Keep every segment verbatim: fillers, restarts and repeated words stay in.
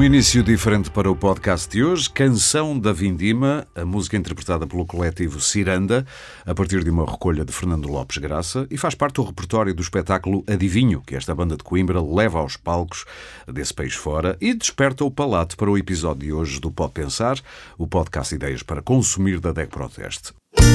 Um início diferente para o podcast de hoje, Canção da Vindima, a música interpretada pelo coletivo Ciranda, a partir de uma recolha de Fernando Lopes Graça, e faz parte do repertório do espetáculo Adivinho, que esta banda de Coimbra leva aos palcos desse país fora e desperta o palato para o episódio de hoje do Pode Pensar, o podcast Ideias para Consumir da D E C Proteste.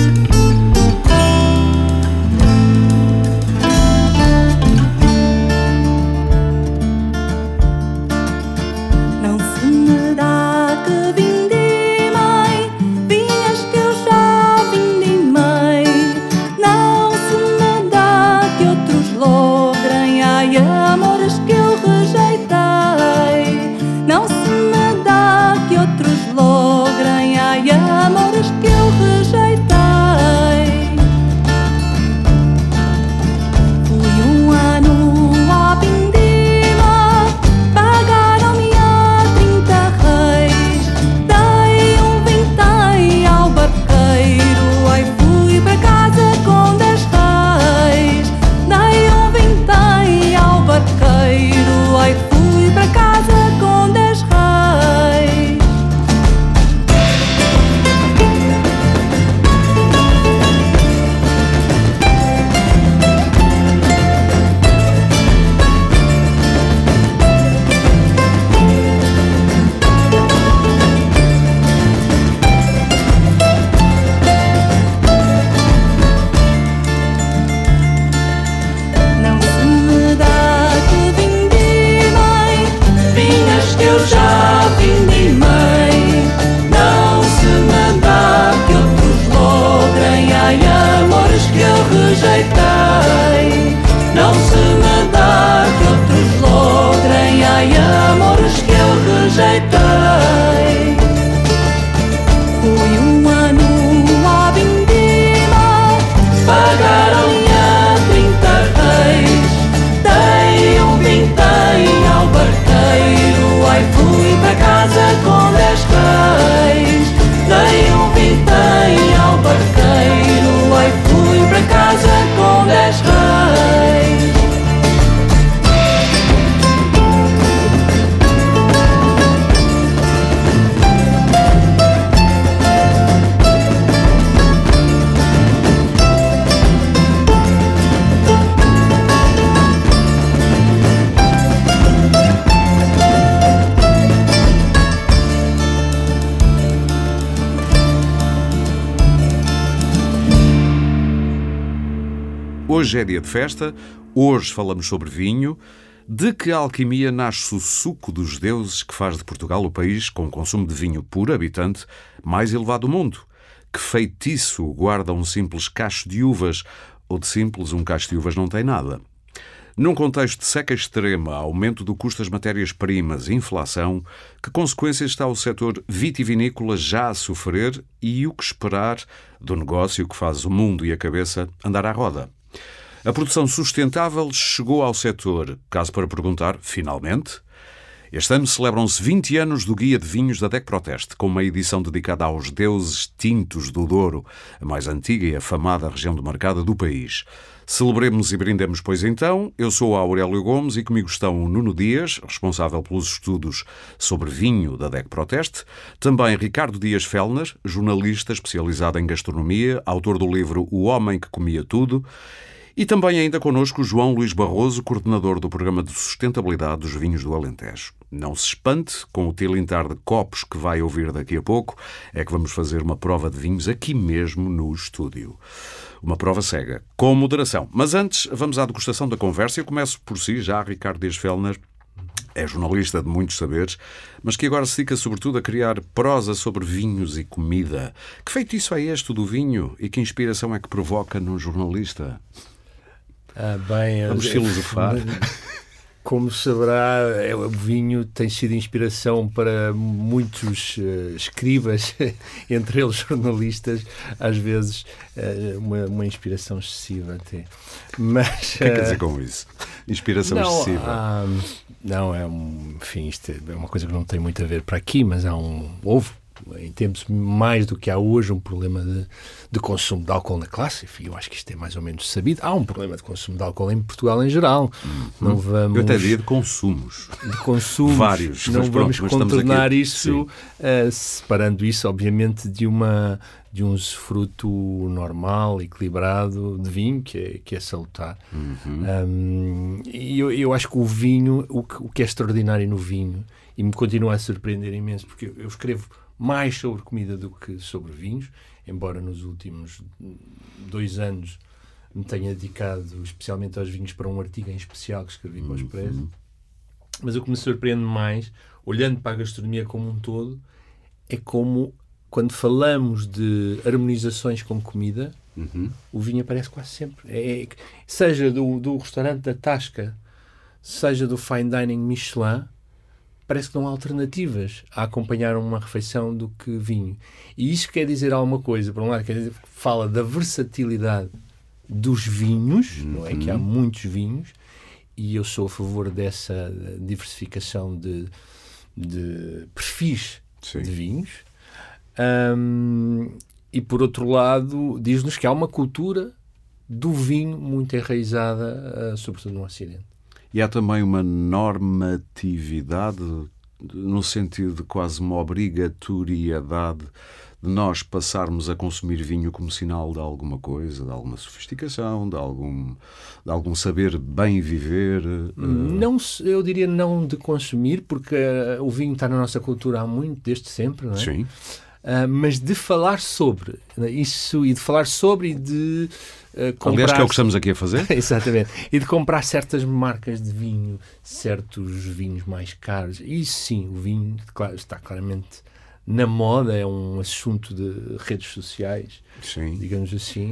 Hoje é dia de festa, hoje falamos sobre vinho. De que alquimia nasce o suco dos deuses que faz de Portugal o país com consumo de vinho por habitante mais elevado do mundo? Que feitiço guarda um simples cacho de uvas, ou de simples um cacho de uvas não tem nada? Num contexto de seca extrema, aumento do custo das matérias-primas e inflação, que consequências está o setor vitivinícola já a sofrer e o que esperar do negócio que faz o mundo e a cabeça andar à roda? A produção sustentável chegou ao setor, caso para perguntar, finalmente? Este ano celebram-se vinte anos do Guia de Vinhos da D E C Proteste, com uma edição dedicada aos deuses tintos do Douro, a mais antiga e afamada região demarcada do país. Celebremos e brindemos, pois então. Eu sou Aurélio Gomes e comigo estão o Nuno Dias, responsável pelos estudos sobre vinho da D E C Proteste, também Ricardo Dias Fellner, jornalista especializado em gastronomia, autor do livro O Homem que Comia Tudo, e também ainda connosco João Luís Barroso, coordenador do Programa de Sustentabilidade dos Vinhos do Alentejo. Não se espante com o tilintar de copos que vai ouvir daqui a pouco, é que vamos fazer uma prova de vinhos aqui mesmo no estúdio. Uma prova cega, com moderação. Mas antes, vamos à degustação da conversa. Eu começo por si, já, Ricardo Dias Fellner. É jornalista de muitos saberes, mas que agora se dedica sobretudo a criar prosa sobre vinhos e comida. Que feitiço é este do vinho e que inspiração é que provoca num jornalista? Ah, bem, Vamos eu, filosofar. Como saberá, o vinho tem sido inspiração para muitos uh, escribas, entre eles jornalistas, às vezes uh, uma, uma inspiração excessiva até. Mas, o que é que quer dizer com isso? Inspiração não, excessiva? Há, não, é um, enfim, isto é uma coisa que não tem muito a ver para aqui, mas há um, houve em tempos mais do que há hoje, um problema de, de consumo de álcool na classe. Enfim, eu acho que isto é mais ou menos sabido. Há um problema de consumo de álcool em Portugal em geral. Uhum. Não vamos... Eu até diria de consumos. De consumos. Vários. Não mas vamos pronto, contornar aqui... isso, uh, separando isso, obviamente, de uma... de um usufruto normal, equilibrado de vinho, que é, que é salutar. Uhum. Um, e eu, eu acho que o vinho, o que, o que é extraordinário no vinho, e me continua a surpreender imenso, porque eu, eu escrevo mais sobre comida do que sobre vinhos, embora nos últimos dois anos me tenha dedicado especialmente aos vinhos para um artigo em especial que escrevi para o Expresso. Uhum. Mas o que me surpreende mais, olhando para a gastronomia como um todo, é como quando falamos de harmonizações com comida, uhum. o vinho aparece quase sempre. É, seja do, do restaurante da Tasca, seja do fine dining Michelin, parece que não há alternativas a acompanhar uma refeição do que vinho. E isso quer dizer alguma coisa. Por um lado, quer dizer, fala da versatilidade dos vinhos, uhum. não é? Que há muitos vinhos, e eu sou a favor dessa diversificação de, de perfis Sim. de vinhos. Um, e por outro lado diz-nos que há uma cultura do vinho muito enraizada, uh, sobretudo no Ocidente. E há também uma normatividade no sentido de quase uma obrigatoriedade de nós passarmos a consumir vinho como sinal de alguma coisa, de alguma sofisticação, de algum, de algum saber bem viver. Uh... Não, eu diria não de consumir, porque uh, o vinho está na nossa cultura há muito, desde sempre, não é? Sim. Uh, mas de falar sobre isso e de falar sobre e de uh, comprar... Aliás, que é o que estamos aqui a fazer. Exatamente. E de comprar certas marcas de vinho, certos vinhos mais caros. Isso sim, o vinho claro, está claramente na moda, é um assunto de redes sociais, sim. digamos assim.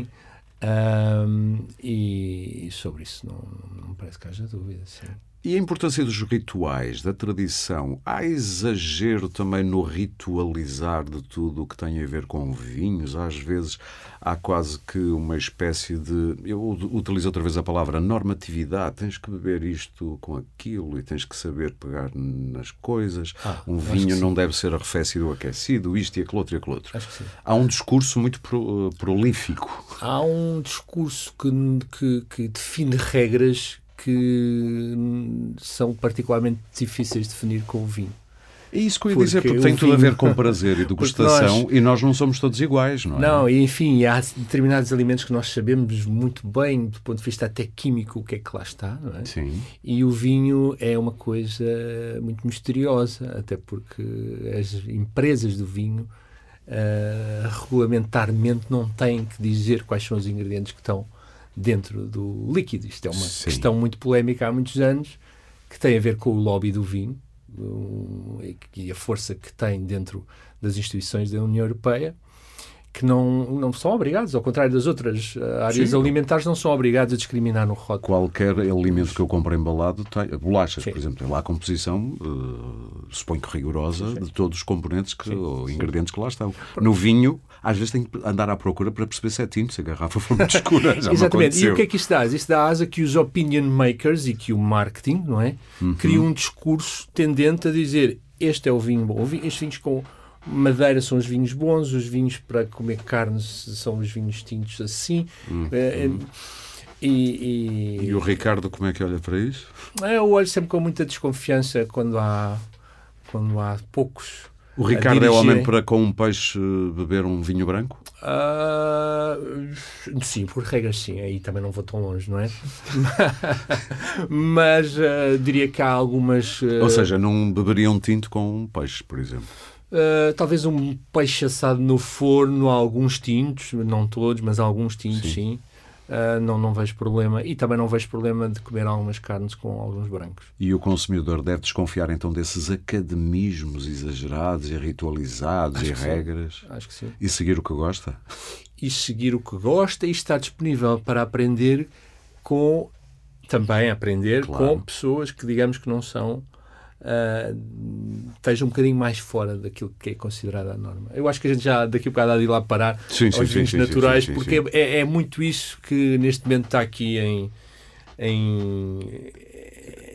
Um, e sobre isso não, não me parece que haja dúvida. Sim. E a importância dos rituais, da tradição? Há exagero também no ritualizar de tudo o que tem a ver com vinhos? Às vezes há quase que uma espécie de... Eu utilizo outra vez a palavra normatividade. Tens que beber isto com aquilo e tens que saber pegar nas coisas. Ah, um vinho não deve ser arrefecido ou aquecido, isto e aquilo outro e aquilo outro. Acho que sim. Há um discurso muito pro, prolífico. Há um discurso que, que, que define regras que são particularmente difíceis de definir com o vinho. É isso que eu ia dizer, porque tem tudo vinho... a ver com prazer e degustação nós... e nós não somos todos iguais, não é? Não, e enfim, há determinados alimentos que nós sabemos muito bem, do ponto de vista até químico, o que é que lá está, não é? Sim. E o vinho é uma coisa muito misteriosa, até porque as empresas do vinho uh, regulamentarmente não têm que dizer quais são os ingredientes que estão dentro do líquido. Isto é uma Sim. questão muito polémica há muitos anos, que tem a ver com o lobby do vinho um, e a força que tem dentro das instituições da União Europeia, que não, não são obrigados, ao contrário das outras áreas Sim. alimentares, não são obrigados a discriminar no rótulo. Qualquer alimento que eu compre embalado tem, bolachas, Sim. por exemplo, tem lá a composição, uh, suponho que rigorosa, Sim. de todos os componentes que, ou ingredientes que lá estão. No vinho, às vezes tem que andar à procura para perceber se é tinto, se a garrafa for muito escura. Já Exatamente. E o que é que isto dá? Isto dá asa que os opinion makers e que o marketing, não é? Uhum. Criam um discurso tendente a dizer este é o vinho bom. Estes vinhos com madeira são os vinhos bons, os vinhos para comer carne são os vinhos tintos assim. Uhum. É, e, e... e o Ricardo, como é que olha para isso? Eu olho sempre com muita desconfiança quando há, quando há poucos. O Ricardo é o homem para com um peixe beber um vinho branco? Uh, sim, por regras sim, aí também não vou tão longe, não é? Mas uh, diria que há algumas... Uh... Ou seja, não beberia um tinto com um peixe, por exemplo? Uh, talvez um peixe assado no forno, alguns tintos, não todos, mas alguns tintos, sim. sim. Uh, não, não vejo problema. E também não vejo problema de comer algumas carnes com alguns brancos. E o consumidor deve desconfiar então desses academismos exagerados e ritualizados Acho e regras? Sim. Acho que sim. E seguir o que gosta? E seguir o que gosta e estar disponível para aprender com... Também aprender claro. Com pessoas que digamos que não são... Uh, esteja um bocadinho mais fora daquilo que é considerado a norma. Eu acho que a gente já daqui a bocado há de ir lá parar sim, sim, aos vinhos sim, naturais, sim, sim, porque sim. É, é muito isso que neste momento está aqui em, em,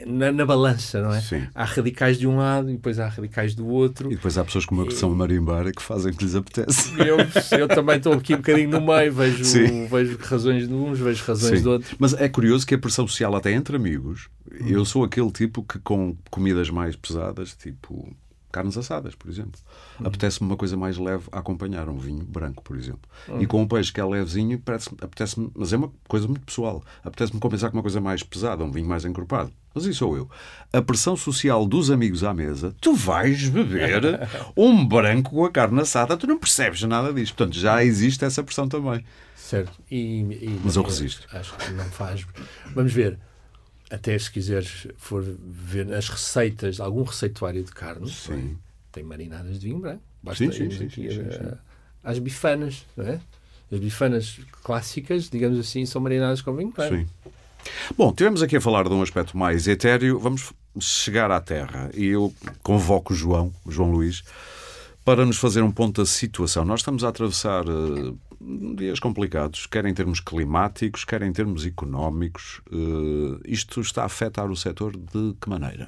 na, na balança, não é? Sim. Há radicais de um lado e depois há radicais do outro. E depois há pessoas como eu que são marimbar e que fazem o que lhes apetece. Eu, eu também estou aqui um bocadinho no meio, vejo, vejo razões de uns, vejo razões Sim. de outros. Mas é curioso que a pressão social até entre amigos, hum. eu sou aquele tipo que com comidas mais pesadas, tipo carnes assadas, por exemplo, hum. apetece-me uma coisa mais leve a acompanhar, um vinho branco, por exemplo. Hum. E com um peixe que é levezinho, apetece-me, mas é uma coisa muito pessoal, apetece-me compensar com uma coisa mais pesada, um vinho mais encorpado. Mas isso sou eu. A pressão social dos amigos à mesa, tu vais beber um branco com a carne assada, tu não percebes nada disto. Portanto, já existe essa pressão também. Certo. E, e, mas eu resisto. Acho que não faz. Vamos ver. Até se quiseres for ver as receitas, algum receituário de carne, sim. tem marinadas de vinho branco. Basta sim, sim, irmos sim, aqui sim, a, sim, sim. às bifanas, não é? As bifanas clássicas, digamos assim, são marinadas com vinho branco. Sim. Bom, tivemos aqui a falar de um aspecto mais etéreo. Vamos chegar à terra. E eu convoco o João, o João Luís, para nos fazer um ponto da situação. Nós estamos a atravessar uh, dias complicados, quer em termos climáticos, quer em termos económicos. Uh, isto está a afetar o setor de que maneira?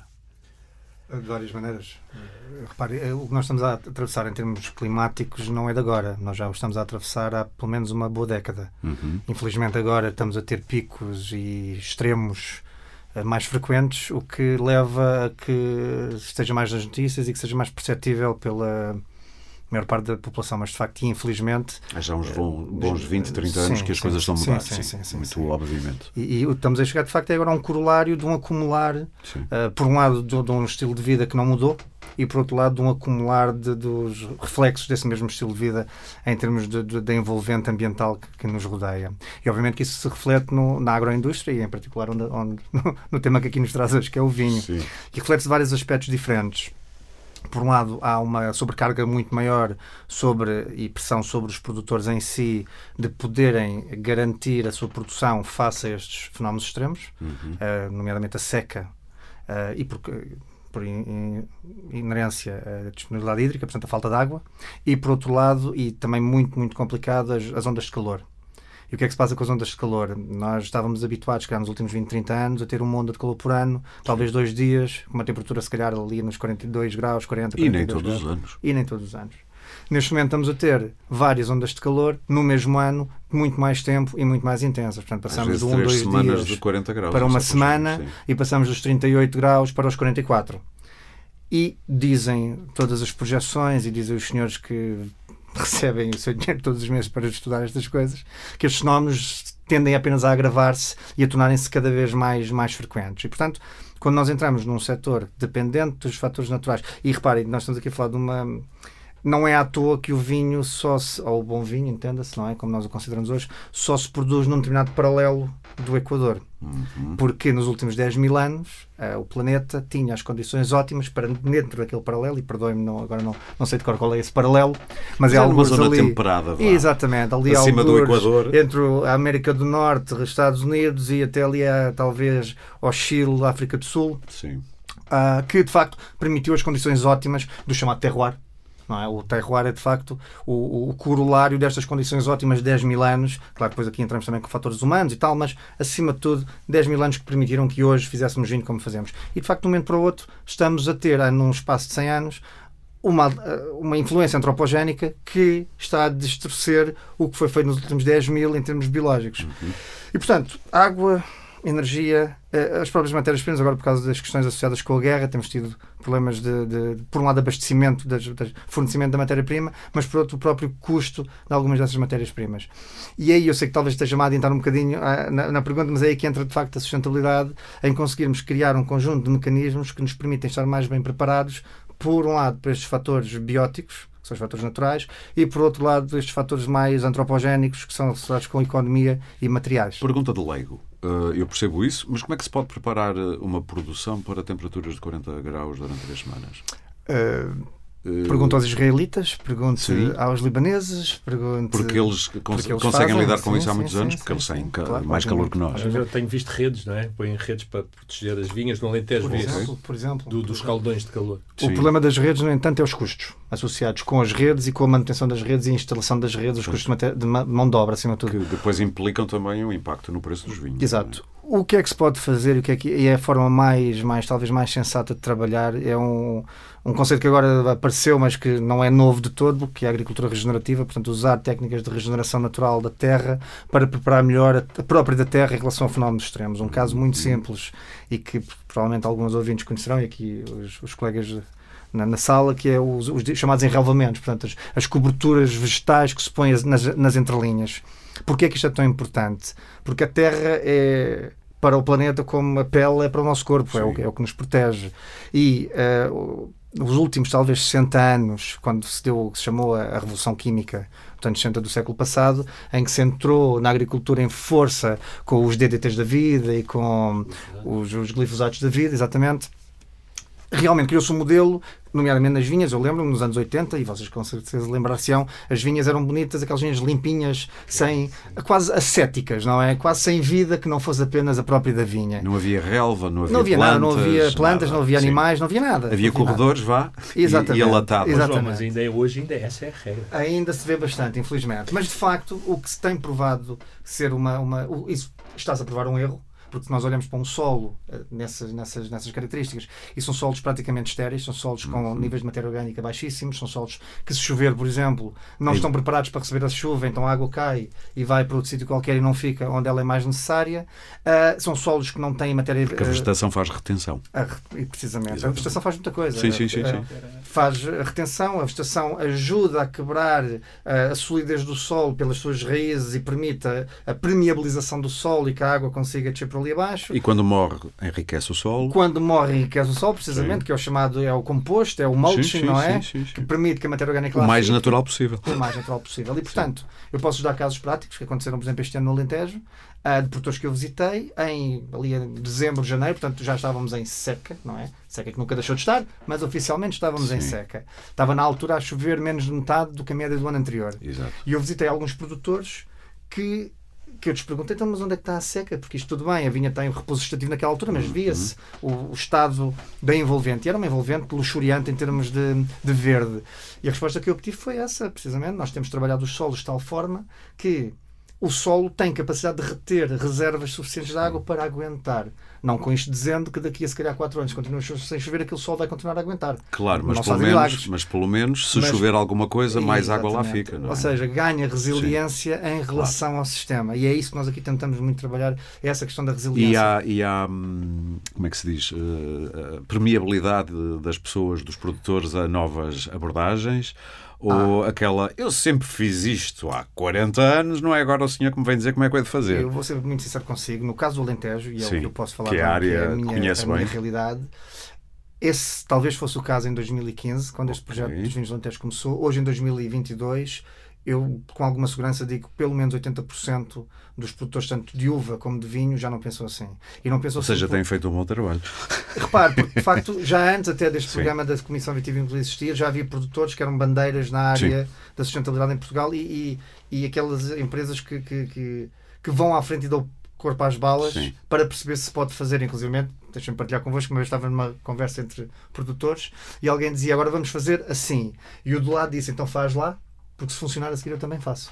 De várias maneiras. Repare, o que nós estamos a atravessar em termos climáticos não é de agora. Nós já o estamos a atravessar há pelo menos uma boa década. Uhum. Infelizmente agora estamos a ter picos e extremos mais frequentes, o que leva a que esteja mais nas notícias e que seja mais perceptível pela maior parte da população, mas de facto, e infelizmente... Há já uns bons, bons vinte, trinta anos sim, que as sim, coisas estão a sim, mudar, sim, sim, sim, sim, muito sim. obviamente. E, e estamos a chegar, de facto, é agora a um corolário de um acumular, uh, por um lado, de, de um estilo de vida que não mudou, e por outro lado, de um acumular de, dos reflexos desse mesmo estilo de vida em termos de, de, de envolvente ambiental que, que nos rodeia. E obviamente que isso se reflete no, na agroindústria e em particular onde, onde, no, no tema que aqui nos traz hoje, que é o vinho. Sim. E reflete-se vários aspectos diferentes. Por um lado, há uma sobrecarga muito maior sobre, e pressão sobre os produtores em si de poderem garantir a sua produção face a estes fenómenos extremos, uhum. uh, nomeadamente a seca uh, e porque por in, in, inerência a disponibilidade hídrica, portanto a falta de água, e por outro lado, e também muito, muito complicado, as, as ondas de calor. E o que é que se passa com as ondas de calor? Nós estávamos habituados, nos últimos vinte, trinta anos, a ter uma onda de calor por ano, talvez dois dias, com uma temperatura se calhar ali nos quarenta e dois graus, quarenta, quarenta e dois. E nem todos graus. os anos. E nem todos os anos. Neste momento estamos a ter várias ondas de calor no mesmo ano, muito mais tempo e muito mais intensas. Portanto, passamos de um, dois dias de quarenta graus, para uma semana sim. e passamos dos trinta e oito graus para os quarenta e quatro. E dizem todas as projeções e dizem os senhores que recebem o seu dinheiro todos os meses para estudar estas coisas, que estes fenómenos tendem apenas a agravar-se e a tornarem-se cada vez mais, mais frequentes. E, portanto, quando nós entramos num setor dependente dos fatores naturais, e reparem, nós estamos aqui a falar de uma... Não é à toa que o vinho só se, ou o bom vinho, entenda-se, não é? Como nós o consideramos hoje, só se produz num determinado paralelo do Equador. Uhum. Porque nos últimos dez mil anos uh, o planeta tinha as condições ótimas para, dentro daquele paralelo, e perdoem-me, não, agora não, não sei de cor qual é esse paralelo, mas, mas é, é alguma zona ali, temperada. Vá. Exatamente, ali acima do Equador. Entre a América do Norte, os Estados Unidos e até ali a, talvez ao Chile, a África do Sul, Sim. Uh, que de facto permitiu as condições ótimas do chamado terroir. Não é? O terroir é de facto o, o corolário destas condições ótimas de dez mil anos. Claro que depois aqui entramos também com fatores humanos e tal, mas acima de tudo dez mil anos que permitiram que hoje fizéssemos vinho como fazemos. E de facto de um momento para o outro estamos a ter num espaço de cem anos uma, uma influência antropogénica que está a distorcer o que foi feito nos últimos dez mil em termos biológicos. Uhum. E portanto, água, energia, as próprias matérias-primas, agora por causa das questões associadas com a guerra, temos tido problemas de, de, de por um lado, abastecimento, de, de fornecimento da matéria-prima, mas por outro, o próprio custo de algumas dessas matérias-primas. E aí eu sei que talvez esteja-me a adiantar um bocadinho na, na pergunta, mas é aí que entra, de facto, a sustentabilidade em conseguirmos criar um conjunto de mecanismos que nos permitem estar mais bem preparados, por um lado, para estes fatores bióticos, que são os fatores naturais, e por outro lado, estes fatores mais antropogénicos, que são associados com economia e materiais. Pergunta de leigo. Uh, eu percebo isso, mas como é que se pode preparar uma produção para temperaturas de quarenta graus durante três semanas? Uh... Pergunto aos israelitas, pergunto sim. aos libaneses, pergunto... Porque eles, cons- porque eles conseguem fazem, lidar com sim, isso há sim, muitos sim, anos, sim, porque eles têm ca- claro, mais calor que nós. Eu tenho visto redes, não é? Põem redes para proteger as vinhas no Alentejo, por exemplo, por exemplo, do, dos caldões de calor. O sim. problema das redes, no entanto, é os custos associados com as redes e com a manutenção das redes e a instalação das redes, os custos de mão de obra, acima de tudo. Que depois implicam também o impacto no preço dos vinhos. Exato. O que é que se pode fazer, o que é, que, e é a forma mais, mais, talvez mais sensata de trabalhar, é um, um conceito que agora apareceu, mas que não é novo de todo, que é a agricultura regenerativa, portanto usar técnicas de regeneração natural da terra para preparar melhor a, a própria da terra em relação a fenómenos extremos. Um caso muito simples e que provavelmente alguns ouvintes conhecerão, e aqui os, os colegas na, na sala, que é os, os chamados enrelvamentos, portanto as, as coberturas vegetais que se põem nas, nas entrelinhas. Porquê é que isto é tão importante? Porque a terra é para o planeta como a pele é para o nosso corpo, é o, é o que nos protege. E uh, os últimos, talvez, sessenta anos, quando se deu o que se chamou a, a Revolução Química, nos anos sessenta do século passado, em que se entrou na agricultura em força com os D D Ts da vida e com os, os glifosatos da vida, exatamente, realmente criou-se um modelo, nomeadamente nas vinhas. Eu lembro-me nos anos oitenta, e vocês com certeza lembrar-se-ão, as vinhas eram bonitas, aquelas vinhas limpinhas, sem, quase ascéticas, não é? Quase sem vida, que não fosse apenas a própria da vinha. Não havia relva, não havia, não havia plantas, nada, não havia plantas, nada. Não havia Sim. animais, não havia nada. Havia havia corredores, nada. vá, Exatamente. e, e alatadas. Exatamente. Mas ainda é, hoje ainda essa é a regra. Ainda se vê bastante, infelizmente. Mas, de facto, o que se tem provado ser uma... uma isso está-se a provar um erro, porque se nós olhamos para um solo nessas, nessas, nessas características, e são solos praticamente estéreis, são solos com uhum. níveis de matéria orgânica baixíssimos, são solos que, se chover, por exemplo, não e... estão preparados para receber a chuva, então a água cai e vai para outro sítio qualquer e não fica onde ela é mais necessária. Uh, são solos que não têm matéria... Porque a vegetação uh, faz retenção. A, precisamente. Exatamente. A vegetação faz muita coisa. Sim, sim, sim, uh, sim. Faz a retenção, a vegetação ajuda a quebrar uh, a solidez do solo pelas suas raízes e permite a, a permeabilização do solo e que a água consiga descer por ali abaixo. E quando morre, enriquece o solo. Quando morre, enriquece o solo, precisamente, sim. que é o chamado, é o composto, é o mulching, sim, sim, não é? Sim, sim, sim. Que permite que a matéria orgânica o lá mais fique, natural possível. O mais natural possível. E, portanto, sim. eu posso dar casos práticos que aconteceram, por exemplo, este ano no Alentejo, uh, de produtores que eu visitei, em, ali em dezembro, janeiro, portanto, já estávamos em seca, não é? Seca que nunca deixou de estar, mas oficialmente estávamos sim. em seca. Estava na altura a chover menos de metade do que a média do ano anterior. Exato. E eu visitei alguns produtores que... que eu lhes perguntei, então, mas onde é que está a seca? Porque isto tudo bem, a vinha tem o repouso vegetativo naquela altura, mas via-se uhum. o, o estado da envolvente. E era uma envolvente luxuriante em termos de, de verde. E a resposta que eu obtive foi essa, precisamente. Nós temos trabalhado os solos de tal forma que o solo tem capacidade de reter reservas suficientes de água para aguentar. Não com isto dizendo que daqui a se calhar quatro anos continua sem chover, aquele solo vai continuar a aguentar. Claro, mas, pelo menos, mas pelo menos se mas, chover alguma coisa, mais água lá fica. Não é? Ou seja, ganha resiliência sim. em relação claro. ao sistema. E é isso que nós aqui tentamos muito trabalhar, é essa questão da resiliência. E há, e há como é que se diz, uh, permeabilidade das pessoas, dos produtores a novas abordagens. Ou ah. aquela, eu sempre fiz isto há quarenta anos, não é agora o senhor que me vem dizer como é que eu hei de fazer. Eu vou ser muito sincero consigo. No caso do Alentejo, e é sim, o que eu posso falar, que a área que é a minha, conhece a minha bem. realidade, esse talvez fosse o caso em dois mil e quinze, quando okay. este projeto dos vinhos do Alentejo começou. Hoje, em dois mil e vinte e dois, eu com alguma segurança digo que pelo menos oitenta por cento dos produtores, tanto de uva como de vinho, já não pensou assim. E não pensou Ou seja, assim têm por... feito um bom trabalho. Repare, porque de facto, já antes até deste sim. programa da Comissão Vitivinícola existir, já havia produtores que eram bandeiras na área sim. da sustentabilidade em Portugal e, e, e aquelas empresas que, que, que, que vão à frente e dão corpo às balas sim. para perceber se pode fazer, inclusivamente, deixem-me partilhar convosco, uma vez estava numa conversa entre produtores e alguém dizia, agora vamos fazer assim. E o do lado disse, então faz lá, porque se funcionar a seguir eu também faço.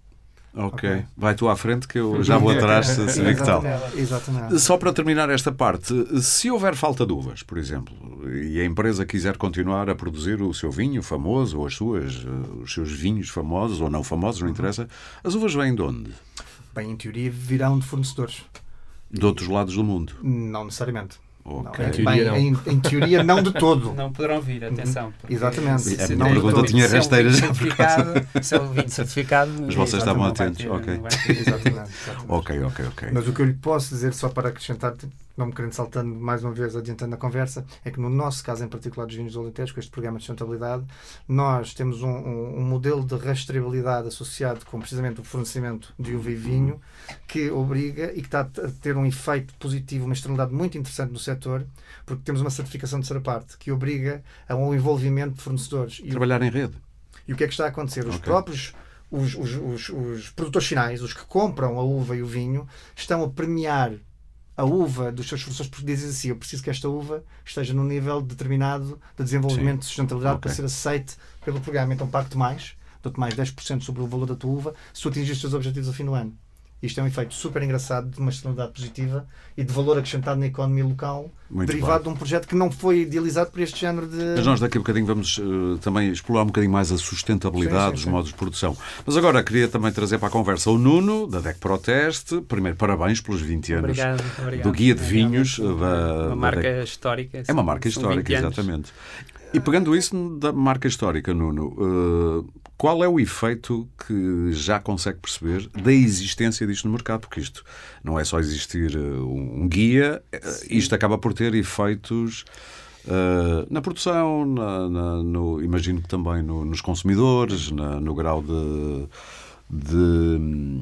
Ok, okay. Vai tu à frente que eu já vou atrás se, se que tal. Exatamente. Só para terminar esta parte, se houver falta de uvas, por exemplo, e a empresa quiser continuar a produzir o seu vinho famoso, ou as suas, os seus vinhos famosos ou não famosos, não interessa, as uvas vêm de onde? Bem, em teoria virão de fornecedores. De outros lados do mundo? Não necessariamente. Okay. Não, em, teoria, bem, não. Em, em teoria não de todo. Não poderão vir, atenção. Exatamente. Se, se a minha pergunta tinha rasteiras. Se é o vinho certificado... Mas vocês estavam atentos. Ter, ok. Exatamente, exatamente. ok, ok, ok. Mas o que eu lhe posso dizer, só para acrescentar, não me querendo saltando mais uma vez, adiantando a conversa, é que no nosso caso em particular dos vinhos do Alentejo, com este programa de sustentabilidade, nós temos um, um, um modelo de rastreabilidade associado com precisamente o fornecimento de uva e vinho que obriga e que está a ter um efeito positivo, uma externalidade muito interessante no setor, porque temos uma certificação de terceira parte que obriga a um envolvimento de fornecedores. Trabalhar em rede. E o que é que está a acontecer? Os okay. próprios os, os, os, os produtores finais, os que compram a uva e o vinho, estão a premiar a uva dos seus fornecedores porque dizem assim, eu preciso que esta uva esteja num nível determinado de desenvolvimento Sim. de sustentabilidade okay. para ser aceite pelo programa. Então pago-te mais, dou-te mais dez por cento sobre o valor da tua uva se tu atingires os teus objetivos ao fim do ano. Isto é um efeito super engraçado de uma externalidade positiva e de valor acrescentado na economia local, Muito derivado bem. de um projeto que não foi idealizado por este género de... Mas nós daqui a bocadinho vamos uh, também explorar um bocadinho mais a sustentabilidade Sim, sim, dos sim. modos de produção. Mas agora queria também trazer para a conversa o Nuno, da D E C Proteste. Primeiro, parabéns pelos vinte anos Obrigado, obrigado. do Guia de Vinhos. Realmente, da, uma da marca D E C. histórica. É uma marca são histórica, vinte anos. exatamente. E pegando isso da marca histórica, Nuno, uh, qual é o efeito que já consegue perceber da existência disto no mercado? Porque isto não é só existir uh, um guia, uh, isto acaba por ter efeitos uh, na produção, na, na, no, imagino que também no, nos consumidores, na, no grau de... de,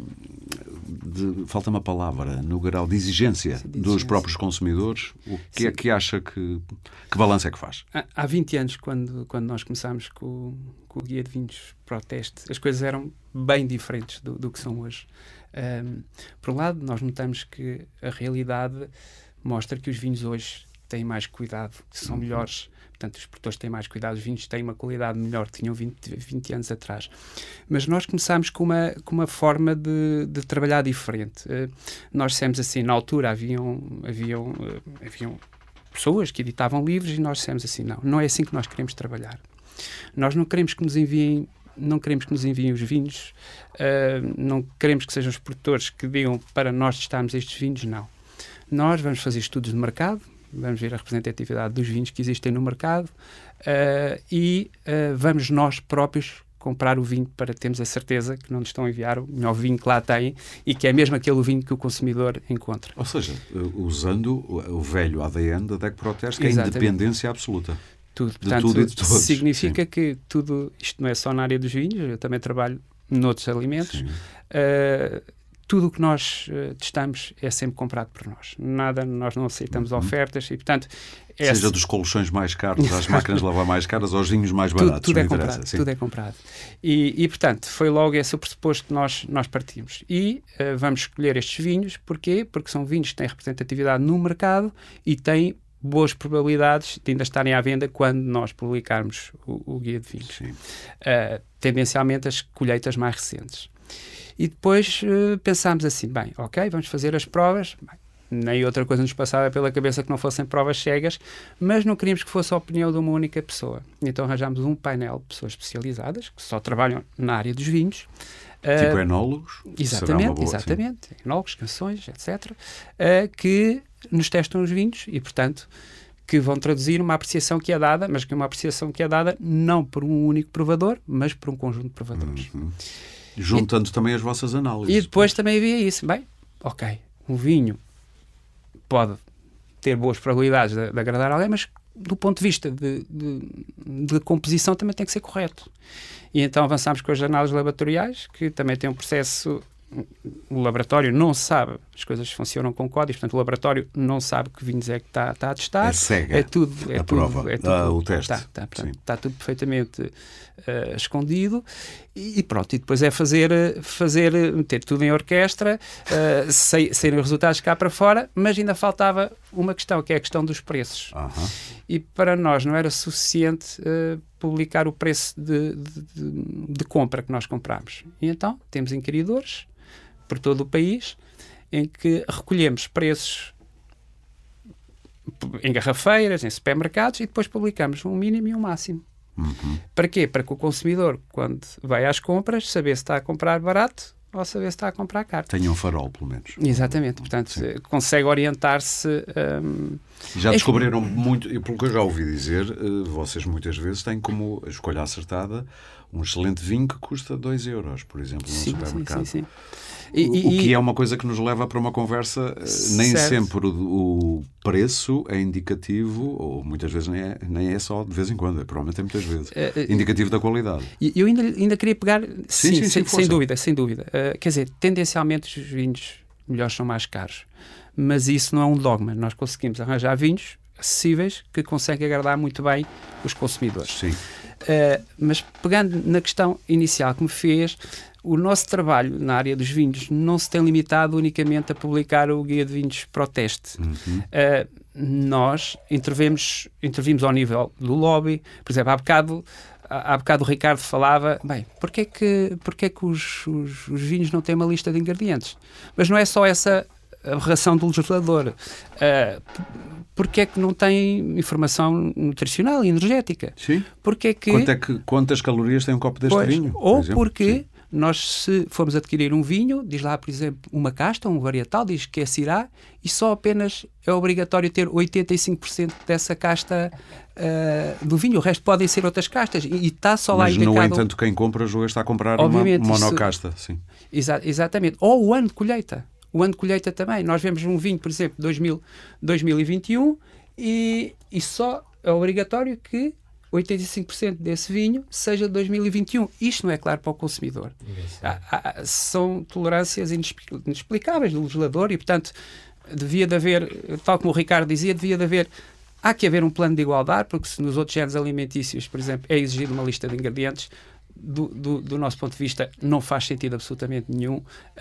de falta-me a palavra, no grau de exigência, Sim, de dos exigência. próprios consumidores. O que Sim. é que acha que... Que balanço é que faz? Há- Há vinte anos, quando, quando nós começámos com, o- com o Guia de Vinhos Proteste, as coisas eram bem diferentes do, do que são hoje. Ahm, por um lado, nós notamos que a realidade mostra que os vinhos hoje têm mais cuidado, são melhores. Portanto, os produtores têm mais cuidado, os vinhos têm uma qualidade melhor que tinham vinte, vinte anos atrás. Mas nós começámos com uma, com uma forma de, de trabalhar diferente. Uh, nós dissemos assim, na altura haviam, haviam, uh, haviam pessoas que editavam livros e nós dissemos assim, não, não é assim que nós queremos trabalhar. Nós não queremos que nos enviem, não queremos que nos enviem os vinhos, uh, não queremos que sejam os produtores que digam para nós testarmos estes vinhos, não. Nós vamos fazer estudos de mercado, vamos ver a representatividade dos vinhos que existem no mercado uh, e uh, vamos nós próprios comprar o vinho para termos a certeza que não nos estão a enviar o melhor vinho que lá têm e que é mesmo aquele vinho que o consumidor encontra. Ou seja, usando o velho A D N da D E C Proteste, que é a Exatamente. independência absoluta. Tudo. De Portanto, tudo e de todos. significa Sim. que tudo, isto não é só na área dos vinhos, eu também trabalho noutros alimentos. Sim. Uh, tudo o que nós uh, testamos é sempre comprado por nós. Nada, nós não aceitamos Uhum. ofertas e, portanto... Seja essa- dos colchões mais caros, às máquinas de lavar mais caras, aos vinhos mais tudo, baratos. tudo não é interessa. comprado, Sim. tudo é comprado. E, e, portanto, foi logo esse o pressuposto que nós, nós partimos. E uh, vamos escolher estes vinhos, porquê? Porque são vinhos que têm representatividade no mercado e têm boas probabilidades de ainda estarem à venda quando nós publicarmos o, o Guia de Vinhos. Sim. Uh, tendencialmente as colheitas mais recentes. E depois uh, pensámos assim, bem, ok, vamos fazer as provas. Bem, nem outra coisa nos passava pela cabeça que não fossem provas cegas, mas não queríamos que fosse a opinião de uma única pessoa. Então arranjámos um painel de pessoas especializadas, que só trabalham na área dos vinhos. Tipo Uh, enólogos? Será uma Exatamente, boa, exatamente. Enólogos, canções, etcétera. Uh, que nos testam os vinhos e, portanto, que vão traduzir uma apreciação que é dada, mas que é uma apreciação que é dada não por um único provador, mas por um conjunto de provadores. Uhum. Juntando e, também as vossas análises. E depois também havia isso. Bem, ok, um vinho pode ter boas probabilidades de, de agradar a alguém, mas do ponto de vista de, de, de composição também tem que ser correto. E então avançámos com as análises laboratoriais, que também tem um processo... O laboratório não sabe, as coisas funcionam com códigos, portanto o laboratório não sabe que vinhos é que está, está a testar. É cega. É tudo, é a tudo, prova, é tudo, ah, o teste. Está, está, portanto, Sim. está tudo perfeitamente uh, escondido e, e pronto, e depois é fazer, fazer meter tudo em orquestra, uh, saírem os resultados cá para fora, mas ainda faltava uma questão, que é a questão dos preços. Aham. E para nós não era suficiente uh, publicar o preço de, de, de, de compra que nós compramos. E então temos inquiridores por todo o país em que recolhemos preços em garrafeiras, em supermercados e depois publicamos um mínimo e um máximo. Uhum. Para quê? Para que o consumidor, quando vai às compras, saber se está a comprar barato ou saber se está a comprar caro. Tenha um farol, pelo menos. Exatamente. Portanto, Sim. consegue orientar-se... Um, Já é- descobriram muito, e pelo que eu já ouvi dizer, eh, vocês muitas vezes têm como escolha acertada um excelente vinho que custa dois euros, por exemplo, num sim, sim, supermercado. sim, sim. E, O, e- o que e- é uma coisa que nos leva para uma conversa, eh, nem Certo. sempre o, o preço é indicativo, ou muitas vezes nem é, nem é só de vez em quando, é, provavelmente é muitas vezes, Eh, eh, indicativo da qualidade. E eu ainda, ainda queria pegar, sim, sim, sim, sem, força. sem dúvida, sem dúvida. Uh, quer dizer, tendencialmente os vinhos melhores são mais caros, mas isso não é um dogma. Nós conseguimos arranjar vinhos acessíveis que conseguem agradar muito bem os consumidores. Sim. Uh, mas pegando na questão inicial que me fez, o nosso trabalho na área dos vinhos não se tem limitado unicamente a publicar o Guia de Vinhos Proteste. Uhum. Uh, nós intervemos, intervimos ao nível do lobby. Por exemplo, há bocado, há bocado o Ricardo falava, bem, porque é que, porque é que os, os, os vinhos não têm uma lista de ingredientes? Mas não é só essa aberração do legislador. Uh, porque é que não tem informação nutricional e energética? Sim. Porque é que... Quanto é que, quantas calorias tem um copo deste pois, vinho? Ou por porque Sim. nós, se formos adquirir um vinho, diz lá, por exemplo, uma casta, um varietal, diz que é Syrah, e só apenas é obrigatório ter oitenta e cinco por cento dessa casta uh, do vinho. O resto podem ser outras castas. E está só lá Mas, indicado... no entanto, quem compra julga está a comprar Obviamente, uma monocasta. Isso... Sim. Exa exatamente. Ou o ano de colheita. O ano de colheita também. Nós vemos um vinho, por exemplo, dois mil, dois mil e vinte e um e, e só é obrigatório que oitenta e cinco por cento desse vinho seja de dois mil e vinte e um. Isto não é claro para o consumidor. Há, há, são tolerâncias inexplicáveis do legislador e, portanto, devia de haver, tal como o Ricardo dizia, devia de haver, há que haver um plano de igualdade, porque se nos outros géneros alimentícios, por exemplo, é exigido uma lista de ingredientes, Do, do, do nosso ponto de vista, não faz sentido absolutamente nenhum uh,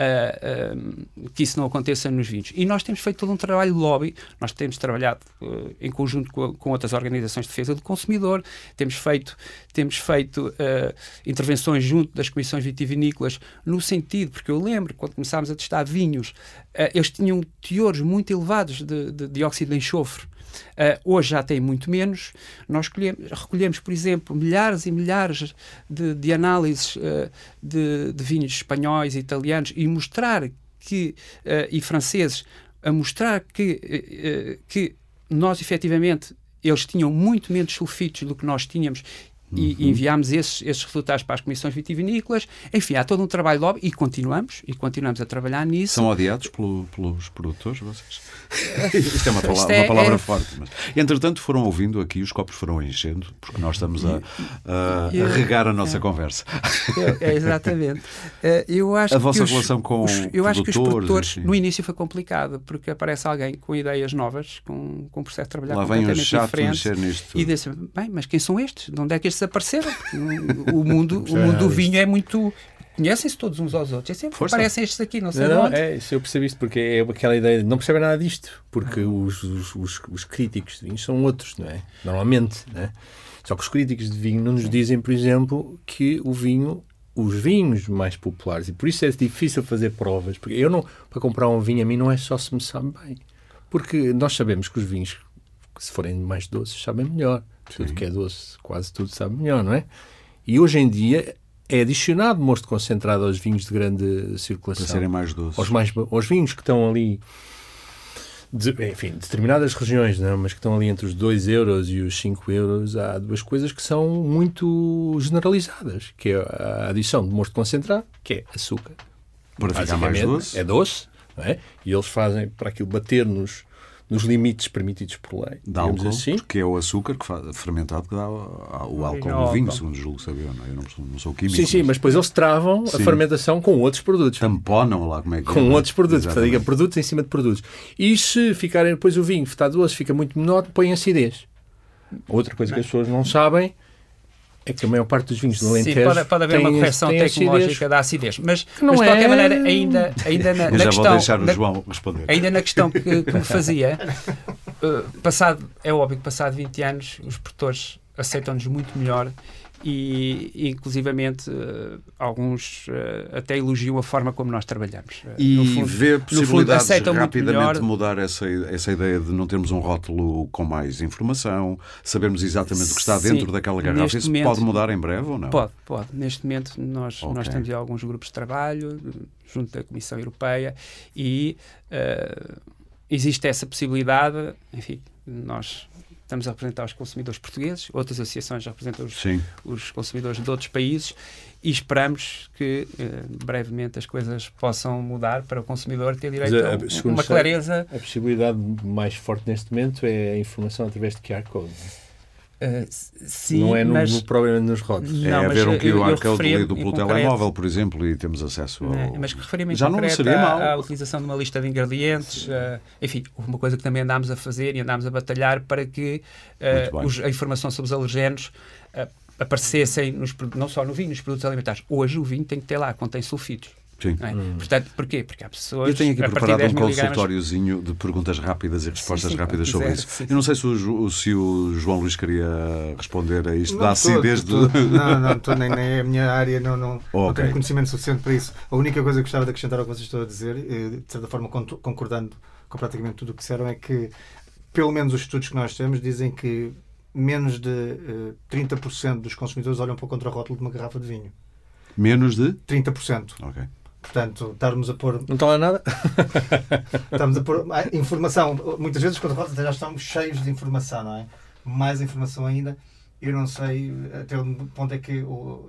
uh, que isso não aconteça nos vinhos. E nós temos feito todo um trabalho de lobby, nós temos trabalhado uh, em conjunto com, com outras organizações de defesa do consumidor, temos feito, temos feito uh, intervenções junto das comissões vitivinícolas, no sentido, porque eu lembro, quando começámos a testar vinhos, uh, eles tinham teores muito elevados de, de dióxido de enxofre. Uh, hoje já tem muito menos. Nós recolhemos, recolhemos, por exemplo, milhares e milhares de, de análises uh, de, de vinhos espanhóis e italianos e mostrar que, uh, e franceses, a mostrar que, uh, uh, que nós, efetivamente, eles tinham muito menos sulfitos do que nós tínhamos. E, e enviámos esses, esses resultados para as comissões vitivinícolas. Enfim, há todo um trabalho de lobby e continuamos, e continuamos a trabalhar nisso. São odiados pelo, pelos produtores, vocês? Isto é uma, pala Isto uma é, palavra é... forte. Mas... Entretanto, foram ouvindo aqui, os copos foram enchendo, porque nós estamos a, a, eu, a regar a nossa é, conversa. Eu, é, exatamente. Eu acho a vossa que relação os, com os, Eu acho que os produtores, enfim. no início foi complicado, porque aparece alguém com ideias novas, com, com um processo de trabalhar Lá completamente vem um chato diferente. mexer nisto tudo. E disse, bem, mas quem são estes? De onde é que estes apareceram? O mundo, o mundo do vinho é muito... Conhecem-se todos uns aos outros. É sempre que aparecem estes aqui, não sei não, de onde. Não, é, isso eu percebo isto, porque é aquela ideia de não percebem nada disto, porque os, os, os, os críticos de vinho são outros, não é? Normalmente, não é? Só que os críticos de vinho não nos dizem, por exemplo, que o vinho, os vinhos mais populares, e por isso é difícil fazer provas, porque eu não, para comprar um vinho a mim não é só se me sabe bem, porque nós sabemos que os vinhos, se forem mais doces, sabem melhor. Tudo que é doce, quase tudo sabe melhor, não é? E hoje em dia é adicionado mosto concentrado aos vinhos de grande circulação. Para serem mais doces. Aos, mais, aos vinhos que estão ali, de, enfim, determinadas regiões, não, mas que estão ali entre os dois euros e os cinco euros, há duas coisas que são muito generalizadas, que é a adição de mosto concentrado, que é açúcar. Para ficar mais doce. É doce, não é? E eles fazem para aquilo bater nos... nos limites permitidos por lei. Dá álcool, assim. porque é o açúcar que faz, fermentado que dá o, o álcool no vinho, segundo julgo saber. Não, eu não sou, não sou químico. Sim, sim, mas, mas depois eles travam sim. a fermentação com outros produtos. Tamponam lá como é que Com é, outros produtos, exatamente. portanto, produtos em cima de produtos. E se ficarem depois o vinho está doce, fica muito menor, põe acidez. Outra coisa que as pessoas não sabem é que a maior parte dos vinhos do Alentejo Sim, pode, pode haver tem, uma correção tecnológica acidez. Da acidez, mas, mas de qualquer é... maneira, ainda, ainda na, Eu na já questão, vou deixar o na, João responder. Ainda na questão que, que me fazia, uh, passado, é óbvio que passado vinte anos os produtores aceitam-nos muito melhor e, e inclusivamente, uh, alguns uh, até elogiam a forma como nós trabalhamos. Uh, e no fundo, vê possibilidades fundo, rapidamente de mudar essa, essa ideia de não termos um rótulo com mais informação, sabermos exatamente o que está dentro Sim, daquela garrafa. Isso momento, pode mudar em breve ou não? Pode, pode. Neste momento nós, okay. nós temos alguns grupos de trabalho junto da Comissão Europeia e uh, existe essa possibilidade, enfim, nós... Estamos a representar os consumidores portugueses, outras associações já representam os, os consumidores de outros países e esperamos que eh, brevemente as coisas possam mudar para o consumidor ter direito a, a uma clareza. A possibilidade mais forte neste momento é a informação através de Q R Code. Uh, sim, não é no, mas, no problema nos rótulos. É não, haver um Q R Code lido pelo concreto, telemóvel, por exemplo, e temos acesso ao... É, mas que referimos Já em não concreto seria mal. à, à utilização de uma lista de ingredientes. Uh, enfim, uma coisa que também andámos a fazer e andámos a batalhar para que uh, os, a informação sobre os alergenos uh, aparecessem nos, não só no vinho, nos produtos alimentares. Hoje o vinho tem que ter lá, contém sulfitos. Sim. Não é? Hum. Portanto, porquê? Porque há pessoas... Eu tenho aqui a partir de preparado dez um miligramas consultóriozinho de perguntas rápidas e respostas sim, rápidas sobre quiser, isso. sim, Eu não sei se o, Ju- se o João Luís queria responder a isto Não da estou, acidez estou- do... Não, não, estou, nem, nem é a minha área, não, não, não Ok. tenho conhecimento suficiente para isso. A única coisa que gostava de acrescentar ao que vocês estão a dizer, eh, de certa forma con- concordando com praticamente tudo o que disseram, é que, pelo menos os estudos que nós temos, dizem que menos de eh, trinta por cento dos consumidores olham para o contrarótulo de uma garrafa de vinho. Menos de... trinta por cento. Ok. Portanto, estarmos a pôr, Não está lá nada? estamos a pôr ah, informação. Muitas vezes os contrarótulos já estão cheios de informação, não é? Mais informação ainda. Eu não sei até onde ponto é que o,